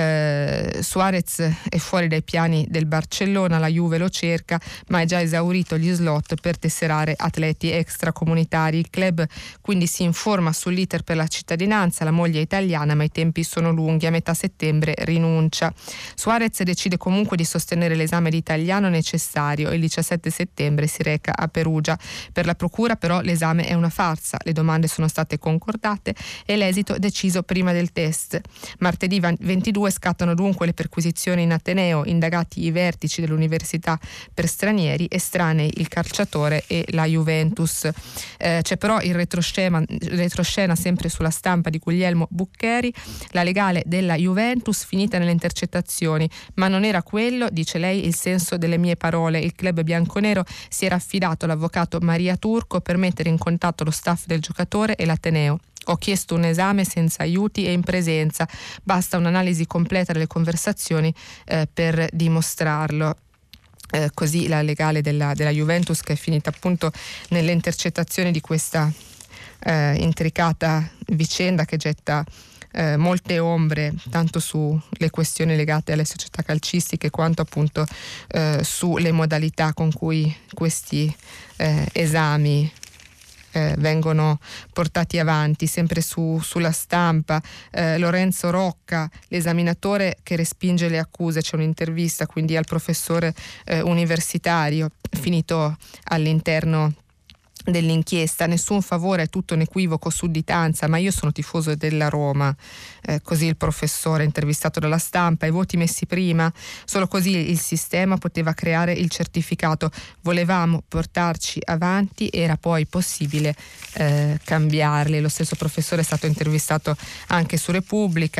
eh, Suarez è fuori dai piani del Barcellona, la Juve lo cerca ma è già esaurito gli slot per tesserare atleti extracomunitari. Il club quindi si informa sull'iter per la cittadinanza, la moglie è italiana ma i tempi sono lunghi, a metà settembre rinuncia. Suarez decide comunque di sostenere l'esame di italiano necessario e il diciassette settembre si reca a Perugia. Per la procura però l'esame è una farsa, le domande sono state concordate e l'esito deciso prima del test. Martedì ventidue scattano dunque le perquisizioni in Ateneo, indagati i vertici dell'Università per Stranieri, estranei il calciatore e la Juventus. Eh, c'è però il retroscena, retroscena sempre sulla Stampa di Guglielmo Buccheri, la legale della Juventus finita nelle intercettazioni, ma non era quello, dice lei, il senso delle mie parole. Il club bianconero si era affidato all'avvocato Maria Turco per mettere in contatto lo staff del giocatore e l'Ateneo. Ho chiesto un esame senza aiuti e in presenza, basta un'analisi completa delle conversazioni eh, per dimostrarlo. Eh, così la legale della, della Juventus, che è finita appunto nelle intercettazioni di questa eh, intricata vicenda che getta eh, molte ombre tanto sulle questioni legate alle società calcistiche quanto appunto eh, sulle modalità con cui questi eh, esami Eh, vengono portati avanti. Sempre su, sulla Stampa, eh, Lorenzo Rocca, l'esaminatore che respinge le accuse, c'è un'intervista quindi al professore eh, universitario finito all'interno dell'inchiesta. Nessun favore, è tutto un equivoco, sudditanza, ma io sono tifoso della Roma, eh, così il professore intervistato dalla Stampa. I voti messi prima, solo così il sistema poteva creare il certificato, volevamo portarci avanti, era poi possibile eh, cambiarli. Lo stesso professore è stato intervistato anche su Repubblica.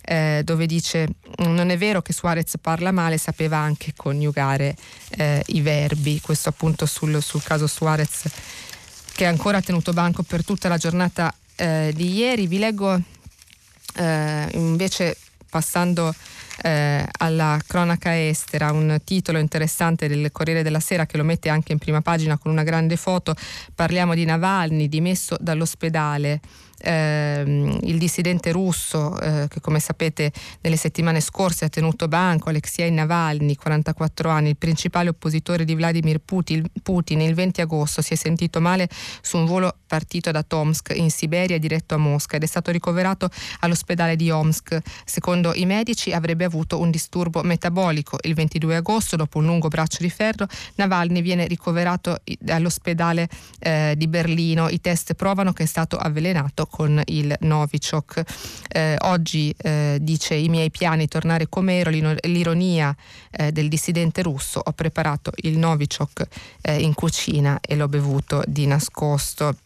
eh, dove dice: non è vero che Suarez parla male, sapeva anche coniugare eh, i verbi. Questo appunto sul, sul caso Suarez, che ha ancora tenuto banco per tutta la giornata eh, di ieri. Vi leggo eh, invece, passando eh, alla cronaca estera, un titolo interessante del Corriere della Sera che lo mette anche in prima pagina con una grande foto. Parliamo di Navalny, dimesso dall'ospedale. Eh, il dissidente russo eh, che, come sapete, nelle settimane scorse ha tenuto banco, Alexei Navalny, quarantaquattro anni, il principale oppositore di Vladimir Putin, Putin, il venti agosto si è sentito male su un volo partito da Tomsk in Siberia diretto a Mosca ed è stato ricoverato all'ospedale di Omsk. Secondo i medici avrebbe avuto un disturbo metabolico. Il ventidue agosto, dopo un lungo braccio di ferro, Navalny viene ricoverato all'ospedale eh, di Berlino. I test provano che è stato avvelenato con il Novichok. Eh, oggi eh, dice: i miei piani tornare com'ero, l'ironia eh, del dissidente russo, ho preparato il Novichok eh, in cucina e l'ho bevuto di nascosto.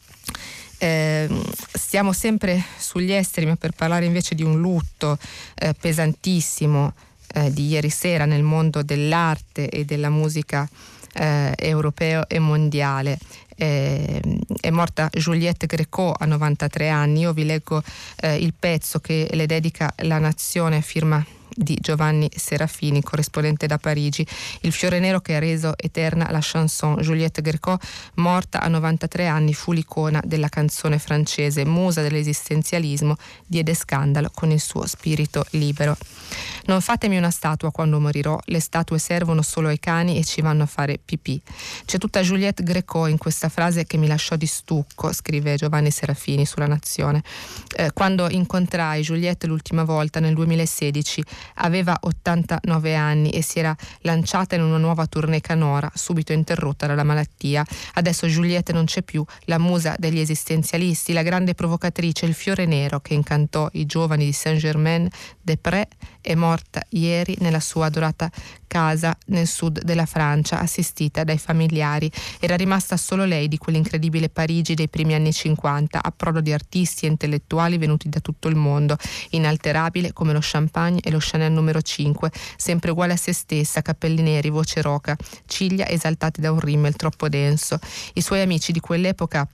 Eh, stiamo sempre sugli esteri, ma per parlare invece di un lutto eh, pesantissimo eh, di ieri sera nel mondo dell'arte e della musica eh, europeo e mondiale. Eh, è morta Juliette Gréco a novantatré anni. Io vi leggo eh, il pezzo che le dedica La Nazione, firma di Giovanni Serafini, corrispondente da Parigi. Il fiore nero che ha reso eterna la chanson. Juliette Gréco, morta a novantatré anni, fu l'icona della canzone francese, musa dell'esistenzialismo, diede scandalo con il suo spirito libero. Non fatemi una statua quando morirò, le statue servono solo ai cani e ci vanno a fare pipì. C'è tutta Juliette Gréco in questa frase che mi lasciò di stucco, scrive Giovanni Serafini sulla Nazione. Eh, quando incontrai Juliette l'ultima volta nel duemilasedici aveva ottantanove anni e si era lanciata in una nuova tournée canora, subito interrotta dalla malattia. Adesso Juliette non c'è più, la musa degli esistenzialisti, la grande provocatrice, il fiore nero che incantò i giovani di Saint-Germain-des-Prés, è morta ieri nella sua adorata casa nel sud della Francia, assistita dai familiari. Era rimasta solo lei di quell'incredibile Parigi dei primi anni cinquanta, approdo di artisti e intellettuali venuti da tutto il mondo, inalterabile come lo champagne e lo Chanel numero cinque, sempre uguale a se stessa, capelli neri, voce roca, ciglia esaltate da un rimmel troppo denso. I suoi amici di quell'epoca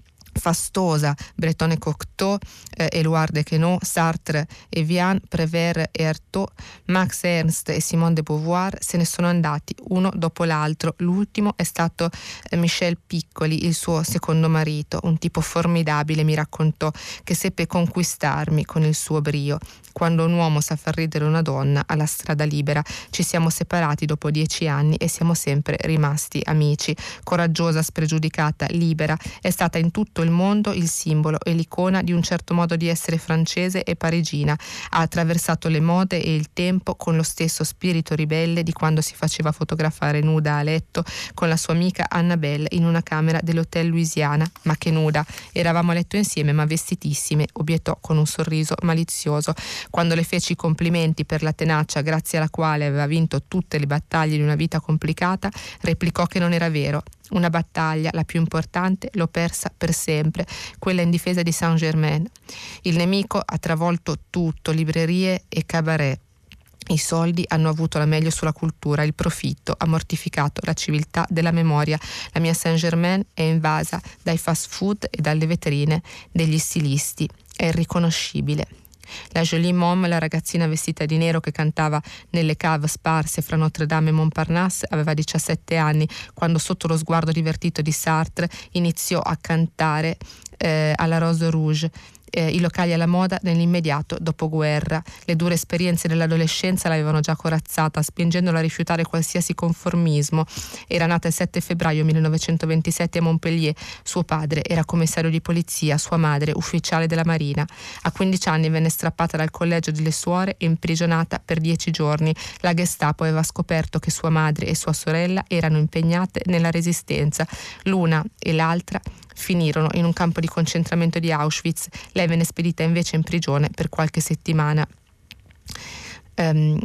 fastosa, Breton et Cocteau, eh, Éluard de Queneau, Sartre e Vian, Prévert e Artaud, Max Ernst e Simone de Beauvoir se ne sono andati uno dopo l'altro. L'ultimo è stato eh, Michel Piccoli, il suo secondo marito, un tipo formidabile, mi raccontò, che seppe conquistarmi con il suo brio. Quando un uomo sa far ridere una donna alla strada libera. Ci siamo separati dopo dieci anni e siamo sempre rimasti amici. Coraggiosa, spregiudicata, libera, è stata in tutto il mondo il simbolo e l'icona di un certo modo di essere francese e parigina. Ha attraversato le mode e il tempo con lo stesso spirito ribelle di quando si faceva fotografare nuda a letto con la sua amica Annabelle in una camera dell'Hotel Louisiana. Ma che nuda! Eravamo a letto insieme ma vestitissime, obiettò con un sorriso malizioso. Quando le feci i complimenti per la tenacia grazie alla quale aveva vinto tutte le battaglie di una vita complicata, replicò che non era vero. Una battaglia, la più importante, l'ho persa per sempre, quella in difesa di Saint-Germain. Il nemico ha travolto tutto, librerie e cabaret. I soldi hanno avuto la meglio sulla cultura, il profitto ha mortificato la civiltà della memoria. La mia Saint-Germain è invasa dai fast food e dalle vetrine degli stilisti. È irriconoscibile. La Jolie Mom, la ragazzina vestita di nero che cantava nelle cave sparse fra Notre Dame e Montparnasse, aveva diciassette anni quando, sotto lo sguardo divertito di Sartre, iniziò a cantare eh, alla Rose Rouge. Eh, i locali alla moda nell'immediato dopoguerra. Le dure esperienze dell'adolescenza l'avevano già corazzata, spingendola a rifiutare qualsiasi conformismo. Era nata il sette febbraio millenovecentoventisette a Montpellier. Suo padre era commissario di polizia, sua madre ufficiale della Marina. A quindici anni venne strappata dal collegio delle suore e imprigionata per dieci giorni. La Gestapo aveva scoperto che sua madre e sua sorella erano impegnate nella resistenza. L'una e l'altra finirono in un campo di concentramento di Auschwitz. Lei venne spedita invece in prigione per qualche settimana. Um,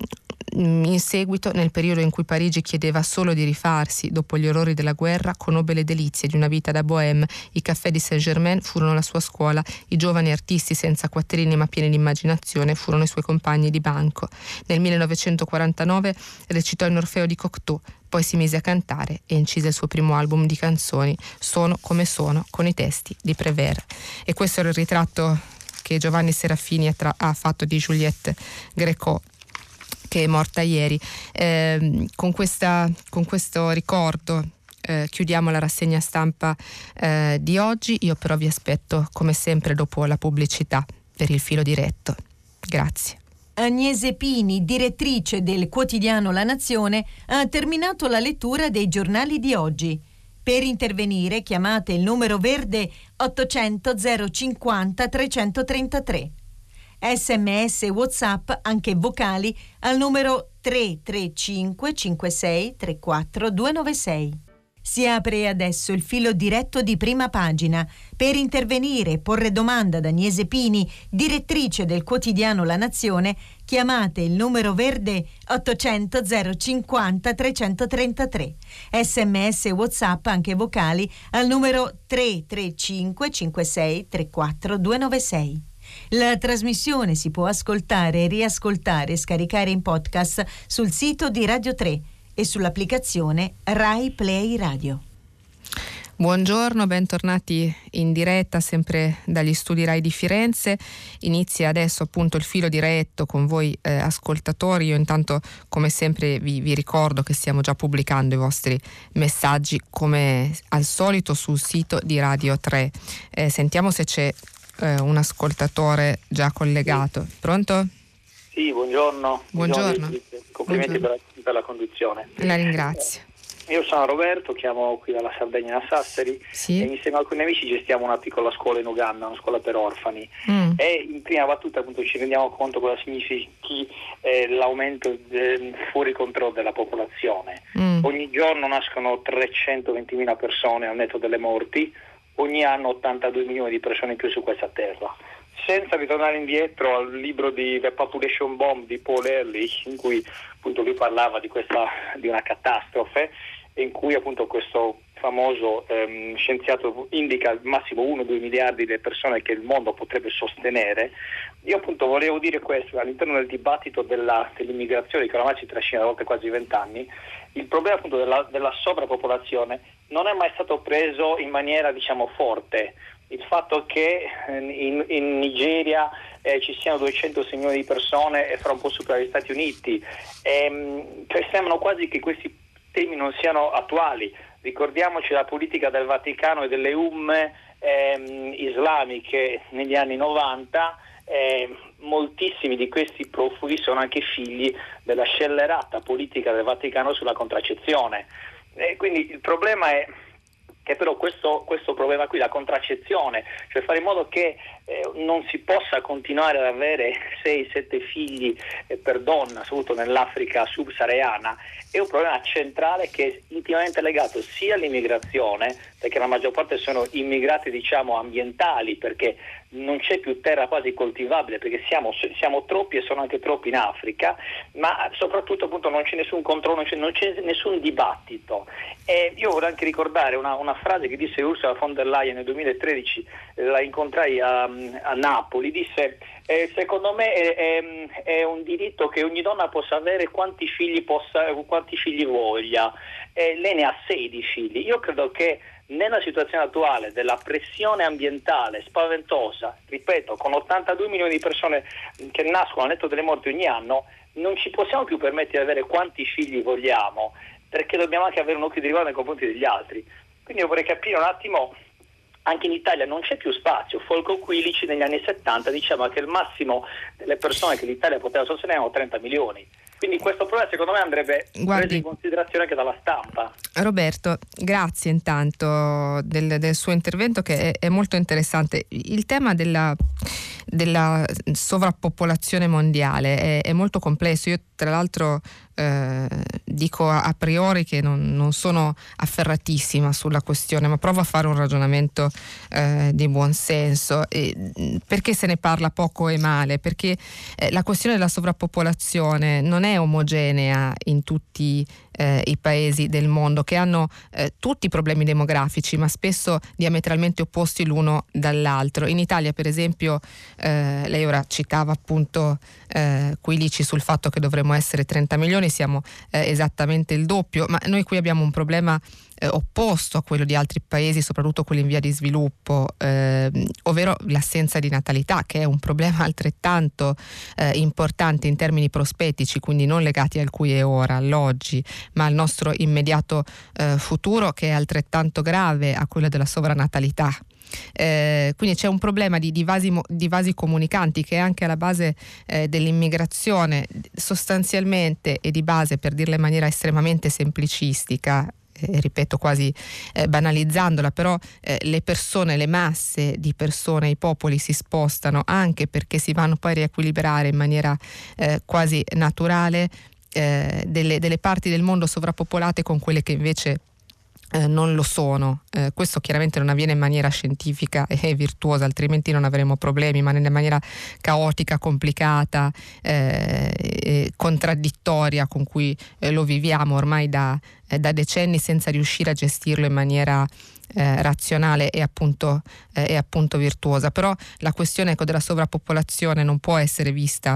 In seguito, nel periodo in cui Parigi chiedeva solo di rifarsi dopo gli orrori della guerra, conobbe le delizie di una vita da bohème. I caffè di Saint-Germain furono la sua scuola, i giovani artisti senza quattrini ma pieni di immaginazione furono i suoi compagni di banco. Nel millenovecentoquarantanove recitò in Orfeo di Cocteau, poi si mise a cantare e incise il suo primo album di canzoni, Sono come sono, con i testi di Prévert. E questo era il ritratto che Giovanni Serafini ha, tra- ha fatto di Juliette Gréco, che è morta ieri. Eh, con, questa, con questo ricordo eh, chiudiamo la rassegna stampa eh, di oggi. Io però vi aspetto come sempre dopo la pubblicità per il filo diretto. Grazie. Agnese Pini, direttrice del quotidiano La Nazione, ha terminato la lettura dei giornali di oggi. Per intervenire chiamate il numero verde ottocento zero cinquanta trecentotrentatré. Sms e WhatsApp, anche vocali, al numero tre tre cinque cinque sei tre quattro due nove sei. Si apre adesso il filo diretto di Prima Pagina. Per intervenire e porre domanda ad Agnese Pini, direttrice del quotidiano La Nazione, chiamate il numero verde ottocento zero cinquanta trecentotrentatré. Sms e WhatsApp, anche vocali, al numero tre tre cinque cinque sei tre quattro due nove sei. La trasmissione si può ascoltare, riascoltare e scaricare in podcast sul sito di Radio tre e sull'applicazione Rai Play Radio. Buongiorno, bentornati in diretta sempre dagli studi Rai di Firenze. Inizia adesso appunto il filo diretto con voi eh, ascoltatori. Io intanto come sempre vi, vi ricordo che stiamo già pubblicando i vostri messaggi come al solito sul sito di Radio tre. Eh, sentiamo se c'è Eh, un ascoltatore già collegato. Pronto? Sì, buongiorno. Buongiorno. Complimenti buongiorno. Per, la, per la conduzione. La ringrazio. Eh, io sono Roberto, chiamo qui dalla Sardegna, da Sassari, sì. E insieme a alcuni amici gestiamo una piccola scuola in Uganda, una scuola per orfani. Mm. E in prima battuta appunto ci rendiamo conto cosa significhi eh, l'aumento del fuori controllo della popolazione. Mm. Ogni giorno nascono trecentoventimila persone al netto delle morti. Ogni anno ottantadue milioni di persone in più su questa terra. Senza ritornare indietro al libro di The Population Bomb di Paul Ehrlich, in cui appunto lui parlava di questa di una catastrofe, in cui appunto questo famoso ehm, scienziato indica al massimo uno due miliardi di persone che il mondo potrebbe sostenere. Io appunto volevo dire questo all'interno del dibattito della, dell'immigrazione che oramai ci trascina da oltre quasi vent'anni. Il problema appunto della, della sovrappopolazione non è mai stato preso in maniera diciamo forte. Il fatto che in, in Nigeria eh, ci siano duecentosei milioni di persone e fra un po' superare gli Stati Uniti, ehm, cioè sembrano quasi che questi temi non siano attuali. Ricordiamoci la politica del Vaticano e delle umme ehm, islamiche negli anni novanta. Eh, moltissimi di questi profughi sono anche figli della scellerata politica del Vaticano sulla contraccezione. E quindi il problema è che però questo, questo problema qui, la contraccezione, cioè fare in modo che eh, non si possa continuare ad avere sei sette figli eh, per donna, soprattutto nell'Africa subsahariana, è un problema centrale che è intimamente legato sia all'immigrazione, perché la maggior parte sono immigrati diciamo ambientali, perché non c'è più terra quasi coltivabile, perché siamo, siamo troppi e sono anche troppi in Africa, ma soprattutto appunto non c'è nessun controllo, non c'è, non c'è nessun dibattito. E io vorrei anche ricordare una, una frase che disse Ursula von der Leyen nel duemilatredici, la incontrai a, a Napoli, disse eh, secondo me è, è, è un diritto che ogni donna possa avere quanti figli, possa, quanti figli voglia. Eh, lei ne ha sei di figli. Io credo che nella situazione attuale della pressione ambientale spaventosa, ripeto, con ottantadue milioni di persone che nascono al netto delle morti ogni anno, non ci possiamo più permettere di avere quanti figli vogliamo, perché dobbiamo anche avere un occhio di riguardo nei confronti degli altri. Quindi io vorrei capire un attimo, anche in Italia non c'è più spazio. Folco Quilici negli anni settanta diceva che il massimo delle persone che l'Italia poteva sostenere erano trenta milioni. Quindi questo problema secondo me andrebbe Guardi, preso in considerazione anche dalla stampa. Roberto, grazie intanto del, del suo intervento che è, è molto interessante. Il tema della, della sovrappopolazione mondiale è, è molto complesso. Io tra l'altro eh, dico a priori che non, non sono afferratissima sulla questione, ma provo a fare un ragionamento eh, di buon senso. E, perché se ne parla poco e male? Perché eh, la questione della sovrappopolazione non è omogenea in tutti eh, i paesi del mondo, che hanno eh, tutti problemi demografici, ma spesso diametralmente opposti l'uno dall'altro. In Italia, per esempio, eh, lei ora citava appunto eh, Quilici sul fatto che dovremmo essere trenta milioni, siamo eh, esattamente il doppio, ma noi qui abbiamo un problema eh, opposto a quello di altri paesi, soprattutto quelli in via di sviluppo, eh, ovvero l'assenza di natalità, che è un problema altrettanto eh, importante in termini prospettici, quindi non legati al qui e ora, all'oggi, ma al nostro immediato eh, futuro, che è altrettanto grave a quello della sovranatalità. Eh, quindi c'è un problema di, di, vasi, di vasi comunicanti che è anche alla base eh, dell'immigrazione, sostanzialmente e di base, per dirla in maniera estremamente semplicistica, eh, ripeto quasi eh, banalizzandola, però eh, le persone, le masse di persone, i popoli si spostano anche perché si vanno poi a riequilibrare in maniera eh, quasi naturale eh, delle, delle parti del mondo sovrappopolate con quelle che invece Eh, non lo sono. Eh, questo chiaramente non avviene in maniera scientifica e virtuosa, altrimenti non avremo problemi, ma nella maniera caotica, complicata, eh, e contraddittoria con cui eh, lo viviamo ormai da, eh, da decenni, senza riuscire a gestirlo in maniera eh, razionale e appunto, eh, e appunto virtuosa. Però la questione, ecco, della sovrappopolazione non può essere vista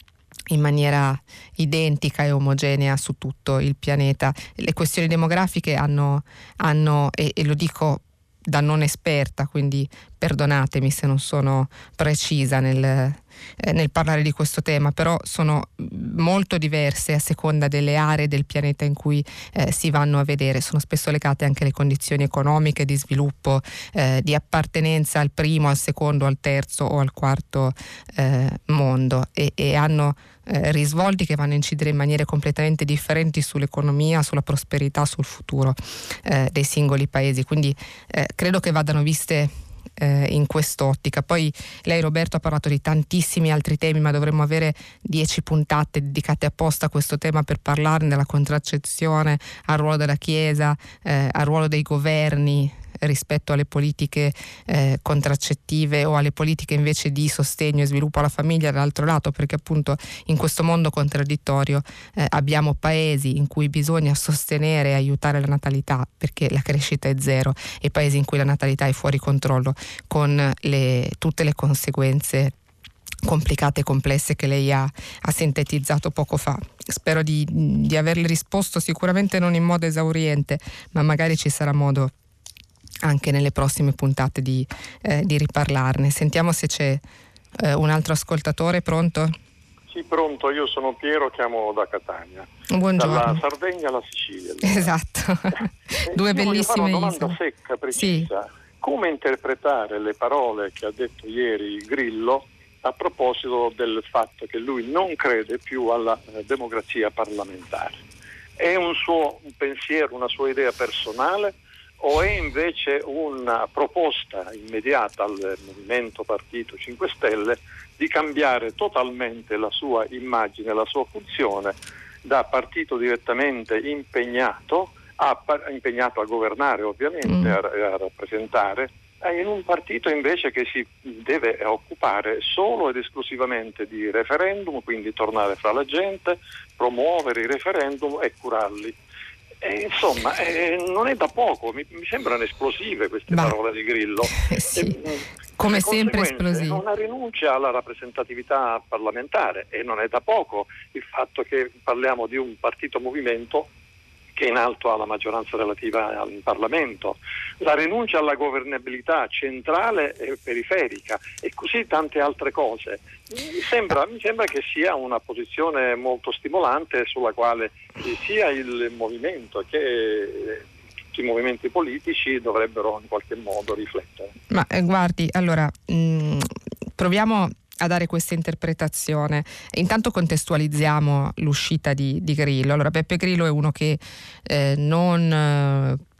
in maniera identica e omogenea su tutto il pianeta. Le questioni demografiche hanno, hanno e, e lo dico da non esperta, quindi perdonatemi se non sono precisa nel, eh, nel parlare di questo tema, però sono molto diverse a seconda delle aree del pianeta in cui eh, si vanno a vedere. Sono spesso legate anche alle condizioni economiche, di sviluppo, eh, di appartenenza al primo, al secondo, al terzo o al quarto eh, mondo, e, e hanno Eh, risvolti che vanno a incidere in maniere completamente differenti sull'economia, sulla prosperità, sul futuro eh, dei singoli paesi. Quindi eh, credo che vadano viste eh, in quest'ottica. Poi lei, Roberto, ha parlato di tantissimi altri temi, ma dovremmo avere dieci puntate dedicate apposta a questo tema per parlarne, della contraccezione, al ruolo della Chiesa, eh, al ruolo dei governi rispetto alle politiche eh, contraccettive o alle politiche invece di sostegno e sviluppo alla famiglia dall'altro lato, perché appunto in questo mondo contraddittorio eh, abbiamo paesi in cui bisogna sostenere e aiutare la natalità perché la crescita è zero, e paesi in cui la natalità è fuori controllo, con le, tutte le conseguenze complicate e complesse che lei ha, ha sintetizzato poco fa. Spero di, di averle risposto, sicuramente non in modo esauriente, ma magari ci sarà modo anche nelle prossime puntate di, eh, di riparlarne. Sentiamo se c'è eh, un altro ascoltatore. Pronto? Sì, pronto, io sono Piero, chiamo da Catania. Buongiorno. Dalla Sardegna alla Sicilia. Allora. Esatto, due io bellissime isole. Una isole. domanda secca, precisa. Sì. Come interpretare le parole che ha detto ieri Grillo a proposito del fatto che lui non crede più alla eh, democrazia parlamentare? È un suo un pensiero, una sua idea personale, o è invece una proposta immediata al Movimento Partito cinque Stelle di cambiare totalmente la sua immagine, la sua funzione da partito direttamente impegnato a, impegnato a governare ovviamente, mm. a, a rappresentare, in un partito invece che si deve occupare solo ed esclusivamente di referendum, quindi tornare fra la gente, promuovere i referendum e curarli. E insomma, eh, non è da poco, mi, mi sembrano esplosive queste bah. parole di Grillo. Sì. E, come sempre esplosive. È una rinuncia alla rappresentatività parlamentare, e non è da poco il fatto che parliamo di un partito movimento che in alto ha la maggioranza relativa al Parlamento, la rinuncia alla governabilità centrale e periferica, e così tante altre cose. Mi sembra, mi sembra che sia una posizione molto stimolante sulla quale sia il movimento che tutti i movimenti politici dovrebbero in qualche modo riflettere. Ma eh, guardi, allora mh, proviamo a dare questa interpretazione. Intanto contestualizziamo l'uscita di, di Grillo. Allora, Beppe Grillo è uno che eh, non eh,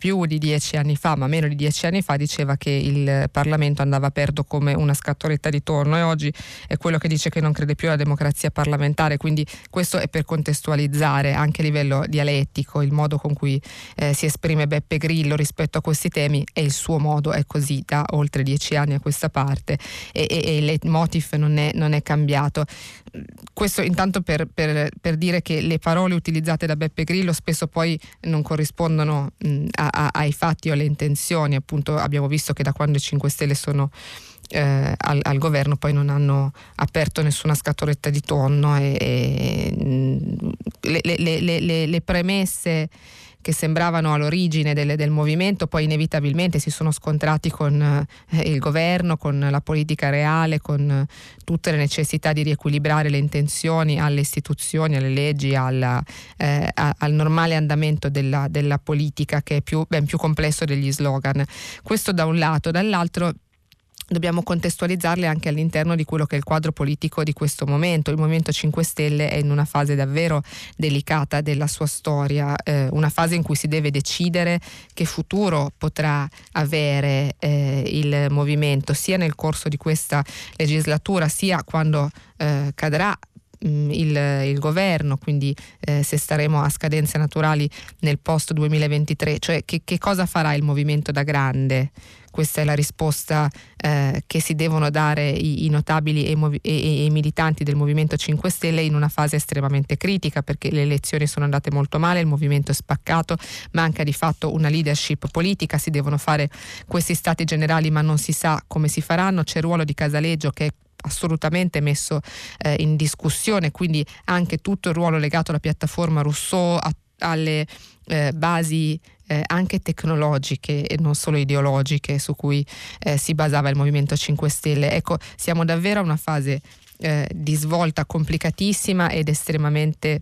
più di dieci anni fa, ma meno di dieci anni fa, diceva che il Parlamento andava aperto come una scatoletta di tonno, e oggi è quello che dice che non crede più alla democrazia parlamentare. Quindi questo è per contestualizzare anche a livello dialettico il modo con cui eh, si esprime Beppe Grillo rispetto a questi temi, e il suo modo è così da oltre dieci anni a questa parte, e, e, e il leitmotiv non è, non è cambiato. Questo intanto per, per, per dire che le parole utilizzate da Beppe Grillo spesso poi non corrispondono mh, a, a, ai fatti o alle intenzioni. Appunto abbiamo visto che da quando i cinque Stelle sono eh, al, al governo poi non hanno aperto nessuna scatoletta di tonno, e, e mh, le, le, le, le, le premesse che sembravano all'origine del, del movimento poi inevitabilmente si sono scontrati con eh, il governo, con la politica reale, con eh, tutte le necessità di riequilibrare le intenzioni alle istituzioni, alle leggi, alla, eh, a, al normale andamento della, della politica, che è più, ben più complesso degli slogan. Questo da un lato. Dall'altro dobbiamo contestualizzarle anche all'interno di quello che è il quadro politico di questo momento. Il Movimento cinque Stelle è in una fase davvero delicata della sua storia, eh, una fase in cui si deve decidere che futuro potrà avere eh, il movimento, sia nel corso di questa legislatura, sia quando eh, cadrà Il, il governo, quindi eh, se staremo a scadenze naturali nel post duemilaventitré, cioè che, che cosa farà il movimento da grande? Questa è la risposta eh, che si devono dare i, i notabili e, movi- e, e i militanti del Movimento cinque Stelle in una fase estremamente critica, perché le elezioni sono andate molto male, il movimento è spaccato, manca di fatto una leadership politica, si devono fare questi stati generali ma non si sa come si faranno, c'è il ruolo di Casaleggio che è assolutamente messo eh, in discussione, quindi anche tutto il ruolo legato alla piattaforma Rousseau, a, alle eh, basi eh, anche tecnologiche e non solo ideologiche su cui eh, si basava il Movimento cinque Stelle. Ecco, siamo davvero a una fase eh, di svolta complicatissima ed estremamente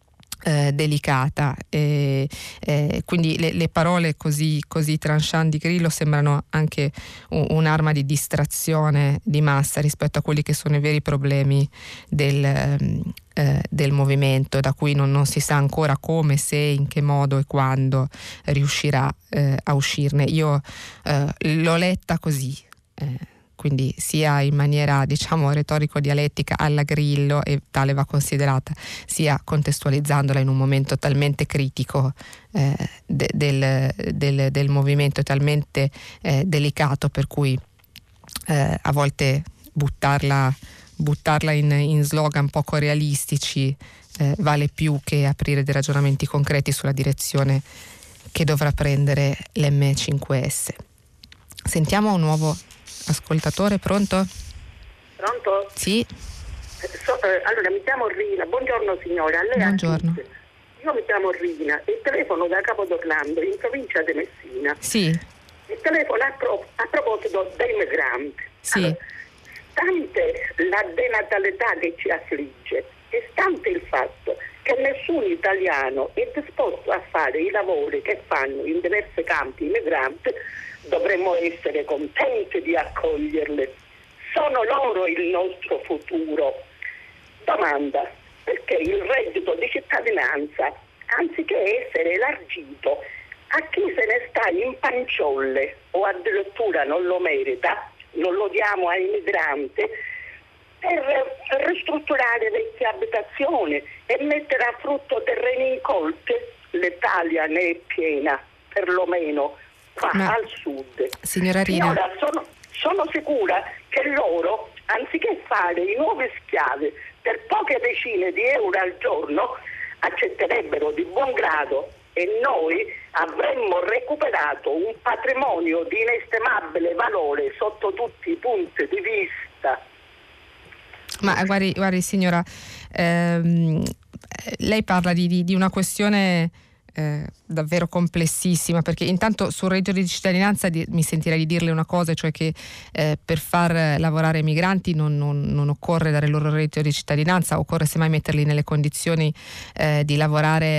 Eh, delicata, e, eh, quindi le, le parole così, così tranchant di Grillo sembrano anche un, un'arma di distrazione di massa rispetto a quelli che sono i veri problemi del, eh, del movimento, da cui non, non si sa ancora come, se, in che modo e quando riuscirà eh, a uscirne. Io eh, l'ho letta così, eh, quindi sia in maniera diciamo retorico-dialettica alla Grillo, e tale va considerata, sia contestualizzandola in un momento talmente critico eh, de- del, del, del movimento, talmente eh, delicato, per cui eh, a volte buttarla, buttarla in, in slogan poco realistici eh, vale più che aprire dei ragionamenti concreti sulla direzione che dovrà prendere l'emme cinque esse. Sentiamo un nuovo ascoltatore. Pronto? Pronto? Sì. So, eh, allora mi chiamo Rina, buongiorno signora. Lei buongiorno. Io mi chiamo Rina e telefono da Capodorlando in provincia di Messina. Sì. E telefono a, pro- a proposito dei migranti. Sì. Allora, stante la denatalità che ci affligge e stante il fatto che nessun italiano è disposto a fare i lavori che fanno in diversi campi i migranti, dovremmo essere contenti di accoglierle. Sono loro il nostro futuro. Domanda: perché il reddito di cittadinanza, anziché essere elargito a chi se ne sta in panciolle o addirittura non lo merita, non lo diamo ai migranti per ristrutturare vecchie abitazioni e mettere a frutto terreni incolti? L'Italia ne è piena, perlomeno qua Ma, al sud. Signora Rina, Signora, sono, sono sicura che loro, anziché fare i nuovi schiavi per poche decine di euro al giorno, accetterebbero di buon grado, e noi avremmo recuperato un patrimonio di inestimabile valore sotto tutti i punti di vista. ma guardi, guardi signora, ehm, lei parla di, di, di una questione Eh, davvero complessissima, perché intanto sul reddito di cittadinanza di, mi sentirei di dirle una cosa, cioè che eh, per far lavorare i migranti non, non, non occorre dare loro il reddito di cittadinanza, occorre semmai metterli nelle condizioni eh, di lavorare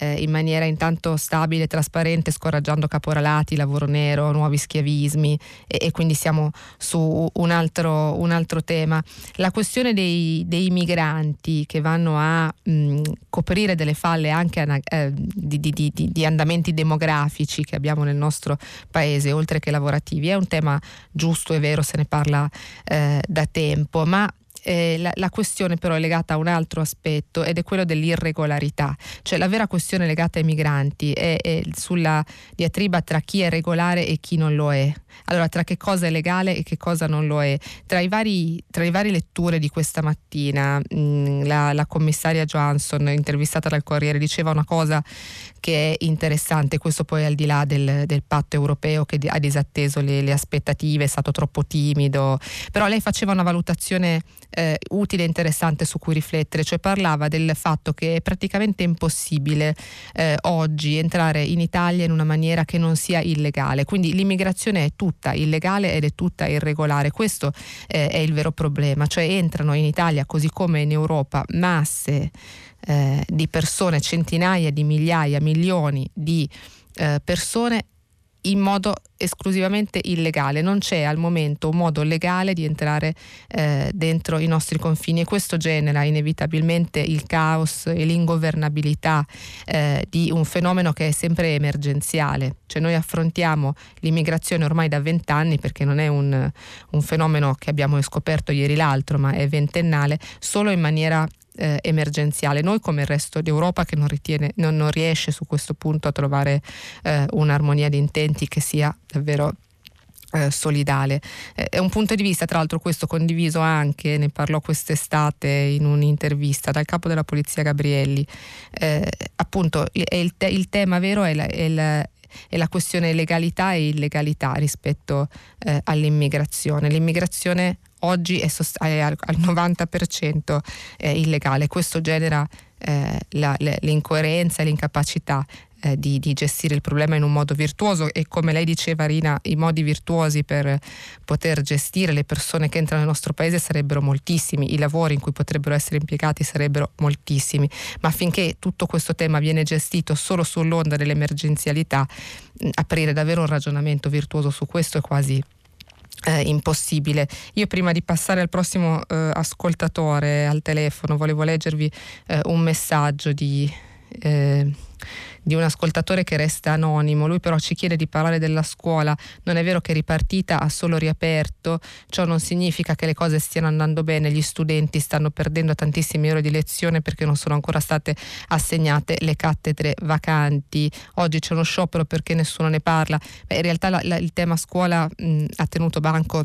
eh, in maniera intanto stabile, trasparente, scoraggiando caporalati, lavoro nero, nuovi schiavismi, e, e quindi siamo su un altro, un altro tema. La questione dei, dei migranti che vanno a mh, coprire delle falle anche a, eh, di, di, di, di andamenti demografici che abbiamo nel nostro paese, oltre che lavorativi, è un tema giusto e vero, se ne parla eh, da tempo, ma Eh, la, la questione però è legata a un altro aspetto, ed è quello dell'irregolarità. Cioè la vera questione legata ai migranti è, è sulla diatriba tra chi è regolare e chi non lo è. Allora, tra che cosa è legale e che cosa non lo è. Tra i vari, tra le varie letture di questa mattina, mh, la, la commissaria Johansson, intervistata dal Corriere, diceva una cosa che è interessante, questo poi al di là del, del patto europeo che ha disatteso le, le aspettative, è stato troppo timido, però lei faceva una valutazione eh, utile e interessante su cui riflettere, cioè parlava del fatto che è praticamente impossibile eh, oggi entrare in Italia in una maniera che non sia illegale, quindi l'immigrazione è tutta illegale ed è tutta irregolare. Questo eh, è il vero problema, cioè entrano in Italia, così come in Europa, masse eh, di persone, centinaia di migliaia, milioni di eh, persone in modo esclusivamente illegale. Non c'è al momento un modo legale di entrare eh, dentro i nostri confini, e questo genera inevitabilmente il caos e l'ingovernabilità eh, di un fenomeno che è sempre emergenziale. Cioè noi affrontiamo l'immigrazione ormai da vent'anni, perché non è un, un fenomeno che abbiamo scoperto ieri l'altro, ma è ventennale, solo in maniera Eh, emergenziale. Noi, come il resto d'Europa, che non ritiene, non, non riesce su questo punto a trovare eh, un'armonia di intenti che sia davvero eh, solidale. Eh, è un punto di vista, tra l'altro, questo condiviso anche, ne parlò quest'estate in un'intervista dal capo della polizia Gabrielli. Eh, appunto il, il, te, il tema vero è la, è la è la questione legalità e illegalità rispetto eh, all'immigrazione. L'immigrazione oggi è, sost- è al, al novanta per cento eh, illegale. Questo genera eh, la, le, l'incoerenza e l'incapacità eh, di, di gestire il problema in un modo virtuoso, e come lei diceva, Rina, i modi virtuosi per poter gestire le persone che entrano nel nostro paese sarebbero moltissimi, i lavori in cui potrebbero essere impiegati sarebbero moltissimi, ma finché tutto questo tema viene gestito solo sull'onda dell'emergenzialità, mh, aprire davvero un ragionamento virtuoso su questo è quasi Eh, impossibile. Io, prima di passare al prossimo eh, ascoltatore al telefono, volevo leggervi eh, un messaggio di, eh, di un ascoltatore che resta anonimo. Lui però ci chiede di parlare della scuola. Non è vero che ripartita ha solo riaperto, ciò non significa che le cose stiano andando bene, gli studenti stanno perdendo tantissime ore di lezione perché non sono ancora state assegnate le cattedre vacanti. Oggi c'è uno sciopero perché nessuno ne parla. Beh, in realtà la, la, il tema scuola mh, ha tenuto banco,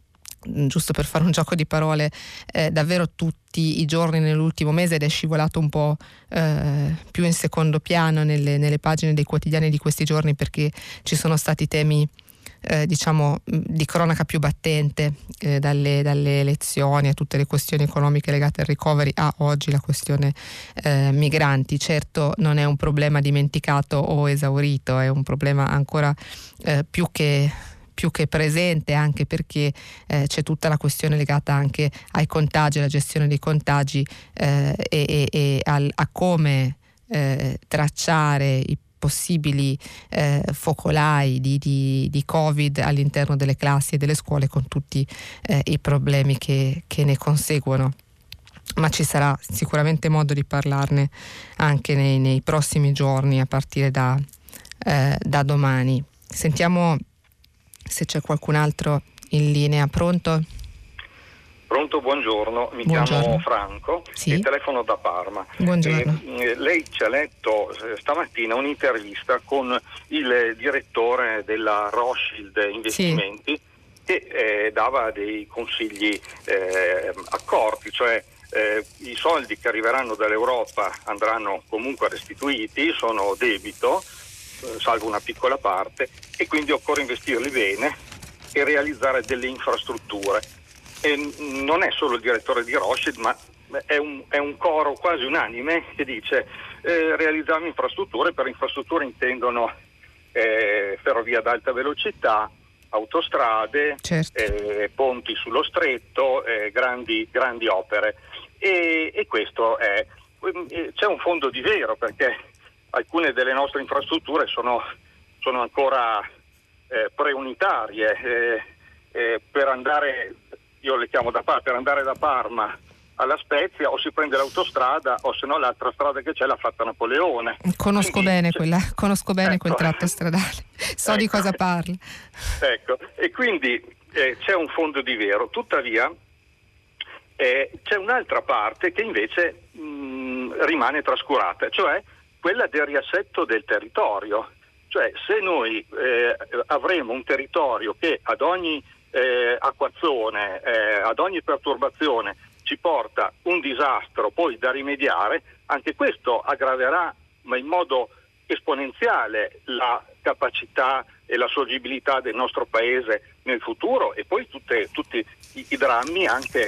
giusto per fare un gioco di parole, eh, davvero tutti i giorni nell'ultimo mese, ed è scivolato un po' eh, più in secondo piano nelle, nelle pagine dei quotidiani di questi giorni, perché ci sono stati temi eh, diciamo di cronaca più battente, eh, dalle, dalle elezioni a tutte le questioni economiche legate al recovery, a oggi la questione eh, migranti. Certo non è un problema dimenticato o esaurito, è un problema ancora eh, più che più che presente, anche perché eh, c'è tutta la questione legata anche ai contagi, alla gestione dei contagi eh, e, e, e al, a come eh, tracciare i possibili eh, focolai di, di, di Covid all'interno delle classi e delle scuole, con tutti eh, i problemi che, che ne conseguono. Ma ci sarà sicuramente modo di parlarne anche nei, nei prossimi giorni, a partire da, eh, da domani. Sentiamo se c'è qualcun altro in linea. Pronto? Pronto, buongiorno, mi buongiorno. Chiamo Franco, sì. E telefono da Parma. Buongiorno. Eh, lei ci ha letto stamattina un'intervista con il direttore della Rothschild Investimenti, sì, che eh, dava dei consigli eh, accorti, cioè eh, i soldi che arriveranno dall'Europa andranno comunque restituiti, sono debito, salvo una piccola parte, e quindi occorre investirli bene e realizzare delle infrastrutture. E non è solo il direttore di Rothschild, ma è un, è un coro quasi unanime che dice eh, realizziamo infrastrutture. Per infrastrutture intendono eh, ferrovia ad alta velocità, autostrade, certo, eh, ponti sullo stretto, eh, grandi, grandi opere. E, e questo è, c'è un fondo di vero, perché alcune delle nostre infrastrutture sono, sono ancora eh, preunitarie. Eh, eh, per andare, io le chiamo da Parma, per andare da Parma alla Spezia o si prende l'autostrada o se no l'altra strada che c'è l'ha fatta Napoleone. Conosco Quindi, bene cioè, quella, conosco bene ecco, quel tratto stradale, so ecco, di cosa parli. Ecco, e quindi eh, c'è un fondo di vero, tuttavia eh, c'è un'altra parte che invece mh, rimane trascurata, cioè quella del riassetto del territorio. Cioè se noi eh, avremo un territorio che ad ogni eh, acquazzone, eh, ad ogni perturbazione ci porta un disastro poi da rimediare, anche questo aggraverà ma in modo esponenziale la capacità e la sorgibilità del nostro paese nel futuro e poi tutte, tutti i, i drammi anche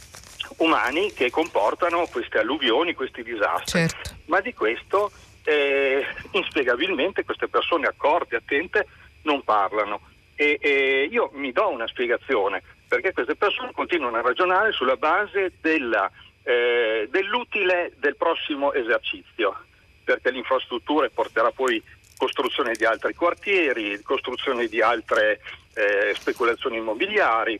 umani che comportano queste alluvioni, questi disastri. Certo. Ma di questo eh, inspiegabilmente queste persone accorte, attente, non parlano. E, e io mi do una spiegazione, perché queste persone continuano a ragionare sulla base della, eh, dell'utile del prossimo esercizio, perché l'infrastruttura porterà poi costruzione di altri quartieri, costruzione di altre eh, speculazioni immobiliari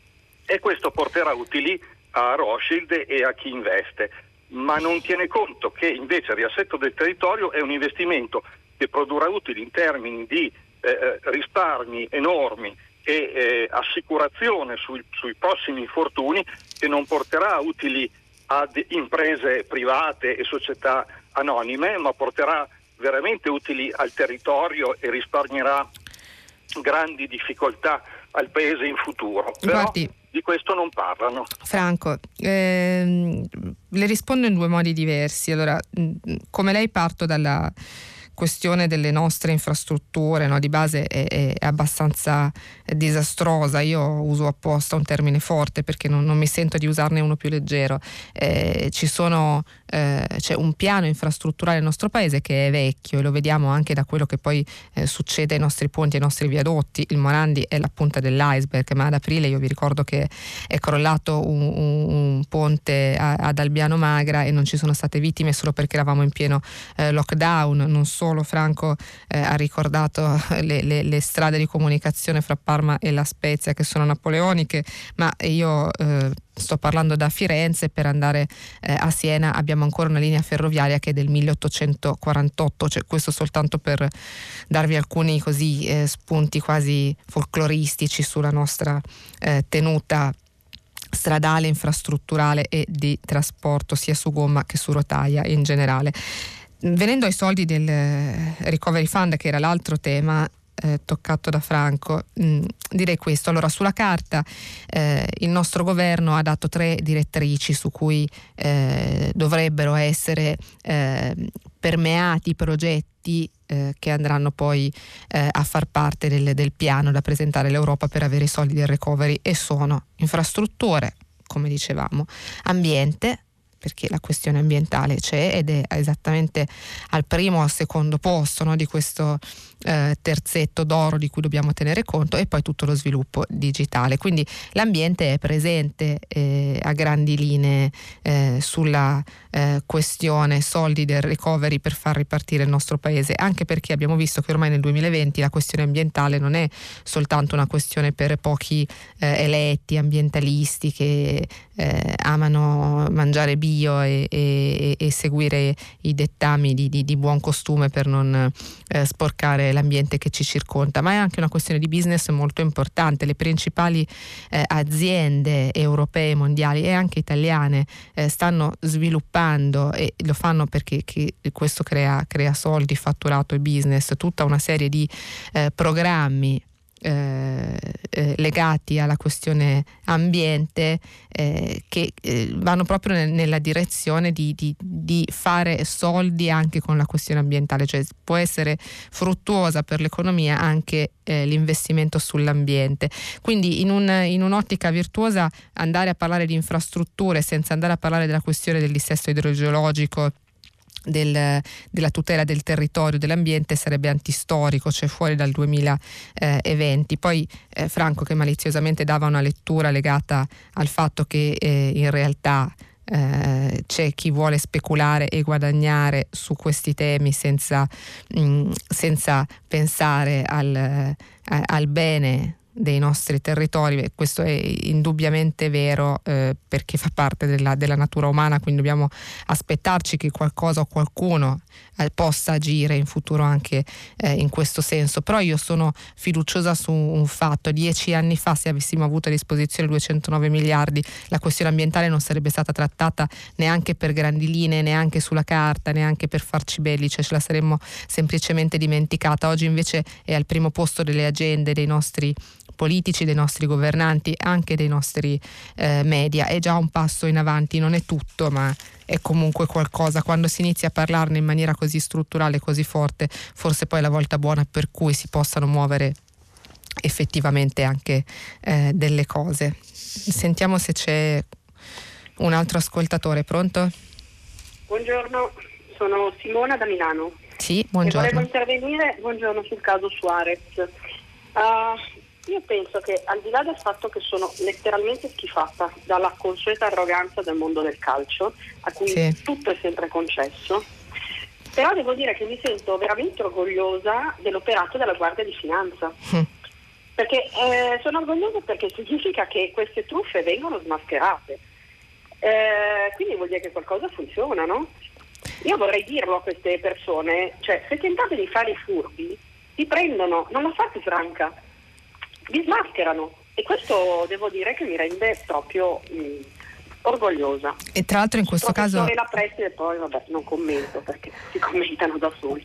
e questo porterà utili a Rothschild e a chi investe, ma non tiene conto che invece il riassetto del territorio è un investimento che produrrà utili in termini di eh, risparmi enormi e eh, assicurazione sui, sui prossimi infortuni, che non porterà utili ad imprese private e società anonime, ma porterà veramente utili al territorio e risparmierà grandi difficoltà al paese in futuro. Però Guardi, di questo non parlano. Franco, ehm, le rispondo in due modi diversi. Allora, come lei parto dalla questione delle nostre infrastrutture, no? Di base è, è abbastanza disastrosa. Io uso apposta un termine forte perché non, non mi sento di usarne uno più leggero. Eh, ci sono eh, c'è un piano infrastrutturale nel nostro paese che è vecchio e lo vediamo anche da quello che poi eh, succede ai nostri ponti, ai nostri viadotti. Il Morandi è la punta dell'iceberg, ma ad aprile io vi ricordo che è crollato un, un, un ponte a, ad Albiano Magra e non ci sono state vittime solo perché eravamo in pieno eh, lockdown. Non solo Franco eh, ha ricordato le, le, le strade di comunicazione fra Parma e La Spezia che sono napoleoniche, ma io eh, sto parlando da Firenze. Per andare eh, a Siena abbiamo ancora una linea ferroviaria che è del milleottocentoquarantotto, cioè questo soltanto per darvi alcuni così eh, spunti quasi folcloristici sulla nostra eh, tenuta stradale, infrastrutturale e di trasporto sia su gomma che su rotaia in generale. Venendo ai soldi del Recovery Fund, che era l'altro tema eh, toccato da Franco, mh, direi questo. Allora, sulla carta eh, il nostro governo ha dato tre direttrici su cui eh, dovrebbero essere eh, permeati i progetti eh, che andranno poi eh, a far parte del, del piano da presentare all'Europa per avere i soldi del recovery, e sono infrastrutture, come dicevamo, ambiente, perché la questione ambientale c'è ed è esattamente al primo o al secondo posto, no, di questo eh, terzetto d'oro di cui dobbiamo tenere conto, e poi tutto lo sviluppo digitale. Quindi l'ambiente è presente eh, a grandi linee eh, sulla eh, questione soldi del recovery per far ripartire il nostro paese, anche perché abbiamo visto che ormai nel duemilaventi la questione ambientale non è soltanto una questione per pochi eh, eletti ambientalisti che eh, amano mangiare bio E, e, e seguire i dettami di, di, di buon costume per non eh, sporcare l'ambiente che ci circonda, ma è anche una questione di business molto importante. Le principali eh, aziende europee, mondiali e anche italiane eh, stanno sviluppando, e lo fanno perché che questo crea, crea soldi, fatturato e business, tutta una serie di eh, programmi Eh, eh, legati alla questione ambiente eh, che eh, vanno proprio nel, nella direzione di, di, di fare soldi anche con la questione ambientale, cioè può essere fruttuosa per l'economia anche eh, l'investimento sull'ambiente. Quindi in, un, in un'ottica virtuosa andare a parlare di infrastrutture senza andare a parlare della questione del dissesto idrogeologico, Del, della tutela del territorio, dell'ambiente, sarebbe antistorico, cioè fuori dal duemilaventi. Poi eh, Franco, che maliziosamente dava una lettura legata al fatto che eh, in realtà eh, c'è chi vuole speculare e guadagnare su questi temi senza, mh, senza pensare al, a, al bene dei nostri territori. Beh, questo è indubbiamente vero, eh, perché fa parte della, della natura umana, quindi dobbiamo aspettarci che qualcosa o qualcuno eh, possa agire in futuro anche eh, in questo senso. Però io sono fiduciosa su un fatto: dieci anni fa, se avessimo avuto a disposizione duecentonove miliardi, la questione ambientale non sarebbe stata trattata neanche per grandi linee, neanche sulla carta, neanche per farci belli, cioè ce la saremmo semplicemente dimenticata. Oggi invece è al primo posto delle agende dei nostri politici, dei nostri governanti, anche dei nostri eh, media. È già un passo in avanti, non è tutto, ma è comunque qualcosa. Quando si inizia a parlarne in maniera così strutturale, così forte, forse poi è la volta buona per cui si possano muovere effettivamente anche eh, delle cose. Sentiamo se c'è un altro ascoltatore. Pronto? Buongiorno, sono Simona da Milano. Sì, buongiorno. E volevo intervenire, buongiorno, sul caso Suarez. Uh, Io penso che, al di là del fatto che sono letteralmente schifata dalla consueta arroganza del mondo del calcio, a cui sì. tutto è sempre concesso, però devo dire che mi sento veramente orgogliosa dell'operato della Guardia di Finanza. Mm. Perché eh, sono orgogliosa perché significa che queste truffe vengono smascherate. Eh, quindi vuol dire che qualcosa funziona, no? Io vorrei dirlo a queste persone, cioè, se tentate di fare i furbi, vi prendono, non la fate franca, vi smascherano, e questo devo dire che mi rende proprio mh, orgogliosa. E tra l'altro in questo caso la preside, poi vabbè, non commento perché si commentano da soli.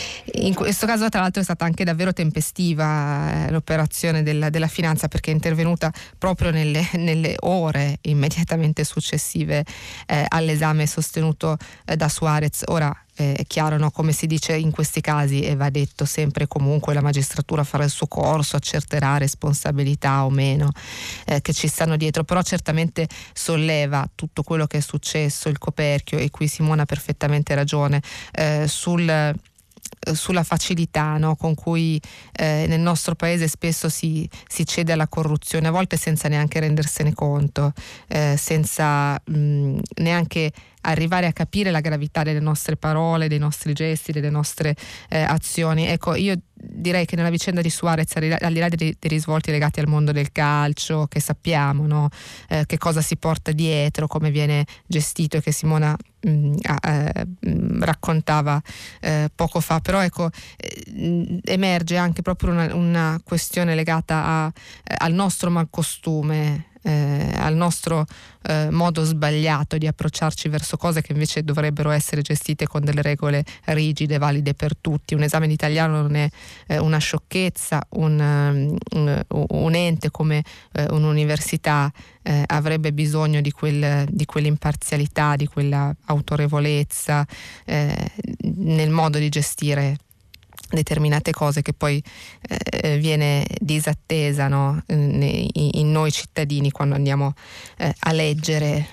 In questo caso tra l'altro è stata anche davvero tempestiva eh, l'operazione della, della finanza, perché è intervenuta proprio nelle, nelle ore immediatamente successive eh, all'esame sostenuto eh, da Suarez. Ora eh, è chiaro, no, come si dice in questi casi, e va detto sempre e comunque, la magistratura farà il suo corso, accerterà responsabilità o meno eh, che ci stanno dietro, però certamente solleva tutto quello che è successo, il coperchio, e qui Simona ha perfettamente ragione, eh, sul sulla facilità, no, con cui eh, nel nostro paese spesso si, si cede alla corruzione, a volte senza neanche rendersene conto, eh, senza mh, neanche arrivare a capire la gravità delle nostre parole, dei nostri gesti, delle nostre eh, azioni. Ecco, io direi che nella vicenda di Suarez, al di là dei, dei risvolti legati al mondo del calcio, che sappiamo, no, eh, che cosa si porta dietro, come viene gestito, e che Simona mh, eh, mh, raccontava eh, poco fa, però ecco, eh, emerge anche proprio una, una questione legata a, eh, al nostro malcostume, Eh, al nostro eh, modo sbagliato di approcciarci verso cose che invece dovrebbero essere gestite con delle regole rigide, valide per tutti. Un esame di italiano non è eh, una sciocchezza, un, un, un ente come eh, un'università eh, avrebbe bisogno di, quel, di quell'imparzialità, di quella autorevolezza eh, nel modo di gestire determinate cose, che poi eh, viene disattesa, no? in, in noi cittadini quando andiamo eh, a leggere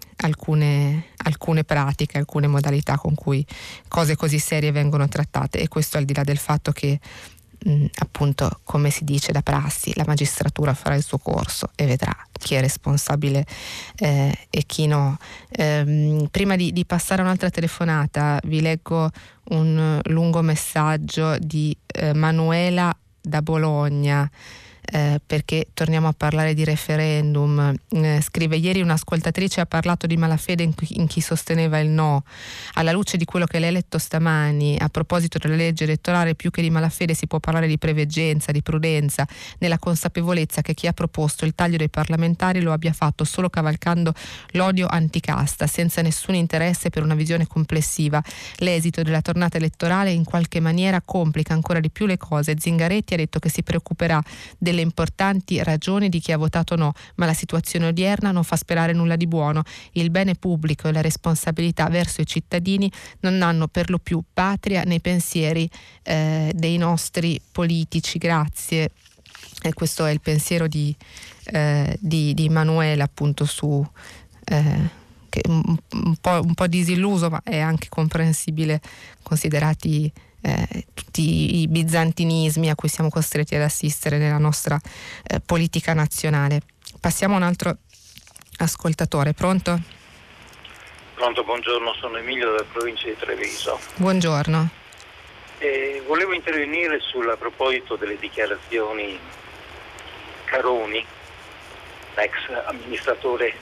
alcune, alcune pratiche, alcune modalità con cui cose così serie vengono trattate. E questo al di là del fatto che mh, appunto, come si dice da prassi, la magistratura farà il suo corso e vedrà chi è responsabile eh, e chi no. Ehm, prima di, di passare a un'altra telefonata vi leggo un lungo messaggio di eh, Manuela da Bologna, eh, perché torniamo a parlare di referendum. Eh, scrive: ieri un'ascoltatrice ha parlato di malafede in chi, in chi sosteneva il no. Alla luce di quello che lei ha letto stamani a proposito della legge elettorale, più che di malafede si può parlare di preveggenza, di prudenza, nella consapevolezza che chi ha proposto il taglio dei parlamentari lo abbia fatto solo cavalcando l'odio anticasta, senza nessun interesse per una visione complessiva. L'esito della tornata elettorale in qualche maniera complica ancora di più le cose. Zingaretti ha detto che si preoccuperà delle importanti ragioni di chi ha votato no, ma la situazione odierna non fa sperare nulla di buono. Il bene pubblico e la responsabilità verso i cittadini non hanno per lo più patria nei pensieri eh, dei nostri politici. Grazie. E questo è il pensiero di, eh, di, di Manuela, appunto, su eh, che un, un, po', un po' disilluso, ma è anche comprensibile considerati Eh, tutti i bizantinismi a cui siamo costretti ad assistere nella nostra eh, politica nazionale. Passiamo a un altro ascoltatore. Pronto? Pronto, buongiorno, sono Emilio dalla provincia di Treviso. Buongiorno. Eh, volevo intervenire sul proposito delle dichiarazioni Caroni, ex amministratore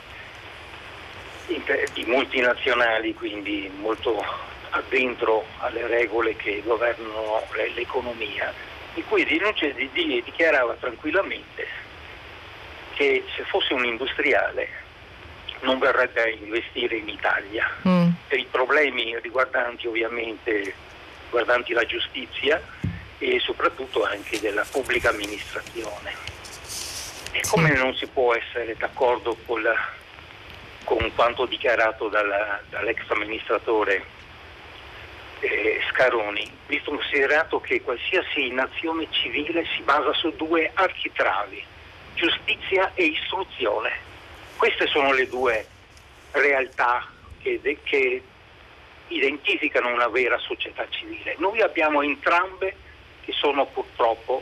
di multinazionali, quindi molto addentro alle regole che governano l'economia, in cui di, di, dichiarava tranquillamente che se fosse un industriale non verrebbe a investire in Italia mm. per i problemi riguardanti ovviamente riguardanti la giustizia e soprattutto anche della pubblica amministrazione. E come non si può essere d'accordo con, la, con quanto dichiarato dalla, dall'ex amministratore eh, Scaroni, visto considerato che qualsiasi nazione civile si basa su due architravi, giustizia e istruzione. Queste sono le due realtà che, che identificano una vera società civile. Noi abbiamo entrambe che sono purtroppo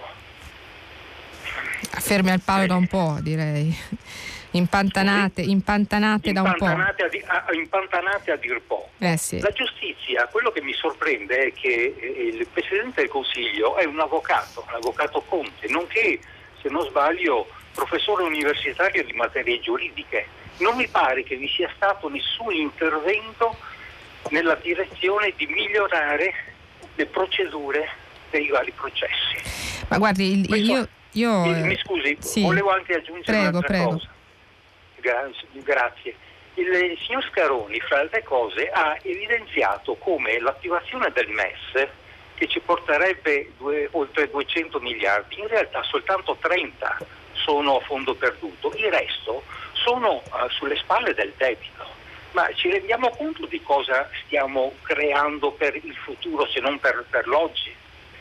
ferme al palo eh, da un po', direi. Impantanate, impantanate, impantanate da un po'. A, a, impantanate a dir poco. Eh sì. La giustizia, quello che mi sorprende è che il Presidente del Consiglio è un avvocato, l'avvocato Conte, nonché, se non sbaglio, professore universitario di materie giuridiche. Non mi pare che vi sia stato nessun intervento nella direzione di migliorare le procedure dei vari processi. Ma guardi, il, Questo, io, io... Mi scusi, sì. volevo anche aggiungere prego, un'altra prego. cosa. Gra- grazie. Il signor Scaroni, fra le cose, ha evidenziato come l'attivazione del M E S, che ci porterebbe due, oltre duecento miliardi, in realtà soltanto trenta sono a fondo perduto, il resto sono uh, sulle spalle del debito. Ma ci rendiamo conto di cosa stiamo creando per il futuro, se non per, per l'oggi?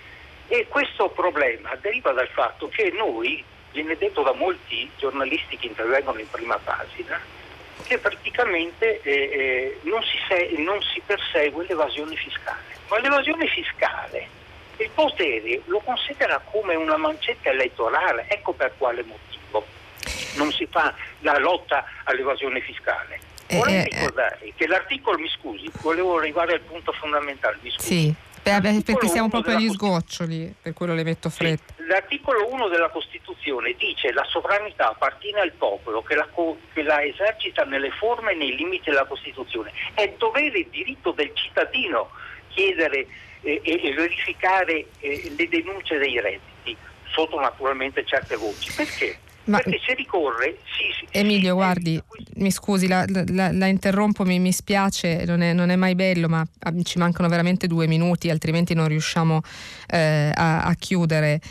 E questo problema deriva dal fatto che noi, viene detto da molti giornalisti che intervengono in prima pagina, che praticamente eh, eh, non, si se- non si persegue l'evasione fiscale. Ma l'evasione fiscale il potere lo considera come una mancetta elettorale, ecco per quale motivo non si fa la lotta all'evasione fiscale. Vorrei eh, ricordare eh, che l'articolo, mi scusi, volevo arrivare al punto fondamentale, mi scusi. Sì, beh, perché siamo proprio agli sgoccioli, per quello le metto fretta. Sì, l'articolo uno della Costituzione dice: la sovranità appartiene al popolo che la, co- che la esercita nelle forme e nei limiti della Costituzione. È dovere e diritto del cittadino chiedere e, e verificare eh, le denunce dei redditi, sotto naturalmente certe voci. Perché? Ma perché se ricorre sì, sì, Emilio, sì, guardi, eh, mi scusi, la, la, la interrompo, mi, mi spiace, non è, non è mai bello, ma ci mancano veramente due minuti, altrimenti non riusciamo eh, a, a chiudere.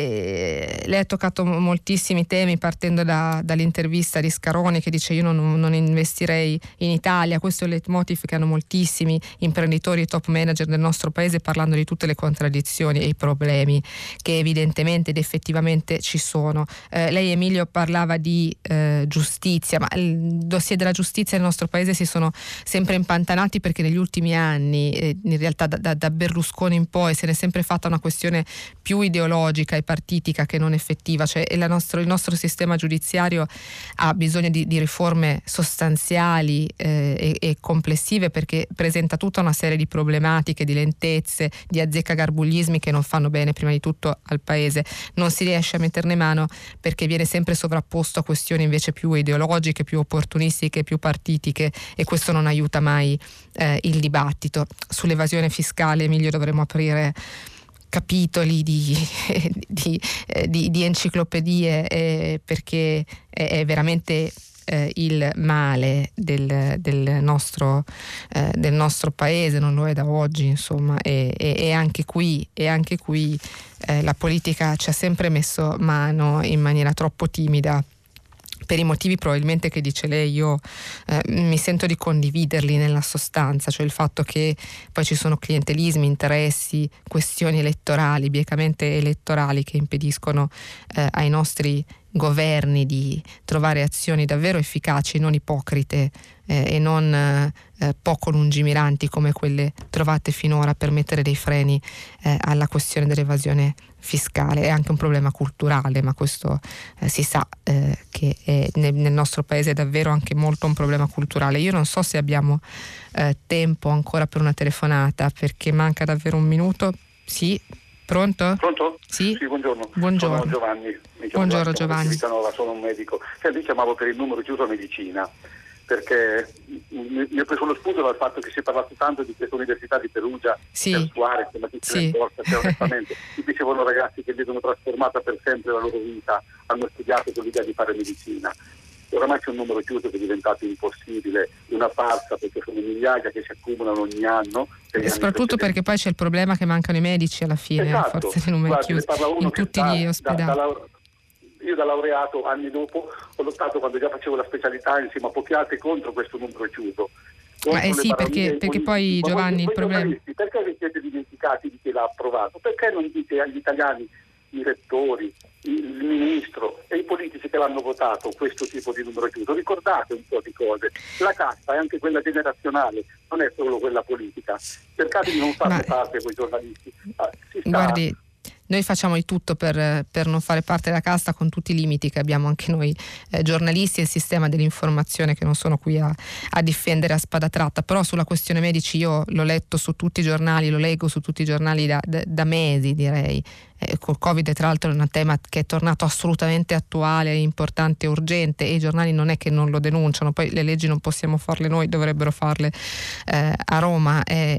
E lei ha toccato moltissimi temi, partendo da, dall'intervista di Scaroni, che dice: io non, non investirei in Italia. Questo è il leitmotiv che hanno moltissimi imprenditori e top manager del nostro paese, parlando di tutte le contraddizioni e i problemi che evidentemente ed effettivamente ci sono. Eh, lei, Emilio, parlava di eh, giustizia, ma il dossier della giustizia nel nostro paese si sono sempre impantanati, perché negli ultimi anni, eh, in realtà da, da, da Berlusconi in poi, se ne è sempre fatta una questione più ideologica e partitica che non effettiva. Cioè il nostro, il nostro sistema giudiziario ha bisogno di, di riforme sostanziali eh, e, e complessive, perché presenta tutta una serie di problematiche, di lentezze, di azzeccagarbuglismi che non fanno bene prima di tutto al paese. Non si riesce a metterne mano perché viene sempre sovrapposto a questioni invece più ideologiche, più opportunistiche, più partitiche, e questo non aiuta mai eh, il dibattito. Sull'evasione fiscale, Emilio, dovremmo aprire capitoli di, di, di, di enciclopedie eh, perché è, è veramente eh, il male del, del, nostro, eh, del nostro paese, non lo è da oggi, insomma, e, e, e anche qui, e anche qui eh, la politica ci ha sempre messo mano in maniera troppo timida, per i motivi probabilmente che dice lei. Io eh, mi sento di condividerli nella sostanza, cioè il fatto che poi ci sono clientelismi, interessi, questioni elettorali, biecamente elettorali, che impediscono eh, ai nostri governi di trovare azioni davvero efficaci, non ipocrite eh, e non eh, poco lungimiranti come quelle trovate finora per mettere dei freni eh, alla questione dell'evasione fiscale. È anche un problema culturale, ma questo eh, si sa eh, che è, nel, nel nostro paese è davvero anche molto un problema culturale. Io non so se abbiamo eh, tempo ancora per una telefonata, perché manca davvero un minuto. Sì, pronto? Pronto? Sì, sì buongiorno. Buongiorno. Sono Giovanni. Mi chiamo Buongiorno Giovanni. Giovanni. Sono un medico. Cioè, chiamavo per il numero chiuso a medicina, perché mi, mi ho preso lo spunto dal fatto che si è parlato tanto di questa università di Perugia, sì. per Suarez, ma chi se ne importa, cioè, onestamente. Mi dicevano ragazzi che vedono trasformata per sempre la loro vita, hanno studiato con l'idea di fare medicina. Oramai c'è un numero chiuso che è diventato impossibile, una farsa, perché sono migliaia che si accumulano ogni anno. E soprattutto perché poi c'è il problema che mancano i medici alla fine, esatto. a forza dei numeri Guardi, chiusi in tutti da, gli ospedali. Da, da, io da laureato anni dopo ho lottato, quando già facevo la specialità insieme a pochi altri, contro questo numero chiuso. Ma eh sì, perché, perché poi Giovanni il problema... Perché vi siete dimenticati di chi l'ha approvato? Perché non dite agli italiani, i rettori, il ministro e i politici che l'hanno votato questo tipo di numero chiuso? Ricordate un po' di cose. La casta è anche quella generazionale, non è solo quella politica. Cercate di non farne Ma... parte voi giornalisti. Ah, si sta... Guardi, noi facciamo di tutto per, per non fare parte della casta, con tutti i limiti che abbiamo anche noi eh, giornalisti e il sistema dell'informazione, che non sono qui a, a difendere a spada tratta. Però sulla questione medici io l'ho letto su tutti i giornali, lo leggo su tutti i giornali da, da, da mesi, direi. Eh, col Covid tra l'altro è un tema che è tornato assolutamente attuale, importante, urgente, e i giornali non è che non lo denunciano. Poi le leggi non possiamo farle noi, dovrebbero farle eh, a Roma e,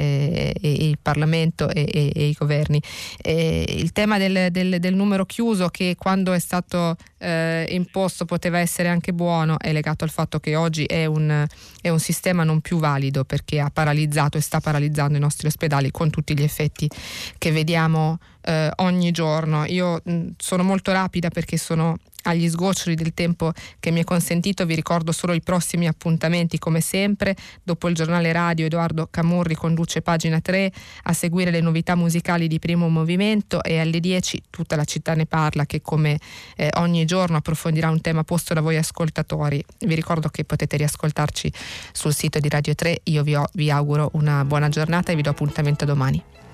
e, e il Parlamento e, e, e i governi. E il tema del, del, del numero chiuso, che quando è stato eh, imposto poteva essere anche buono, è legato al fatto che oggi è un, è un sistema non più valido, perché ha paralizzato e sta paralizzando i nostri ospedali, con tutti gli effetti che vediamo eh, ogni giorno. Io mh, sono molto rapida perché sono agli sgoccioli del tempo che mi è consentito. Vi ricordo solo i prossimi appuntamenti, come sempre. Dopo il giornale radio Edoardo Camurri conduce Pagina tre, a seguire le novità musicali di Primo Movimento, e alle dieci Tutta la città ne parla, che come eh, ogni giorno approfondirà un tema posto da voi ascoltatori. Vi ricordo che potete riascoltarci sul sito di Radio tre. Io vi, ho, vi auguro una buona giornata e vi do appuntamento domani.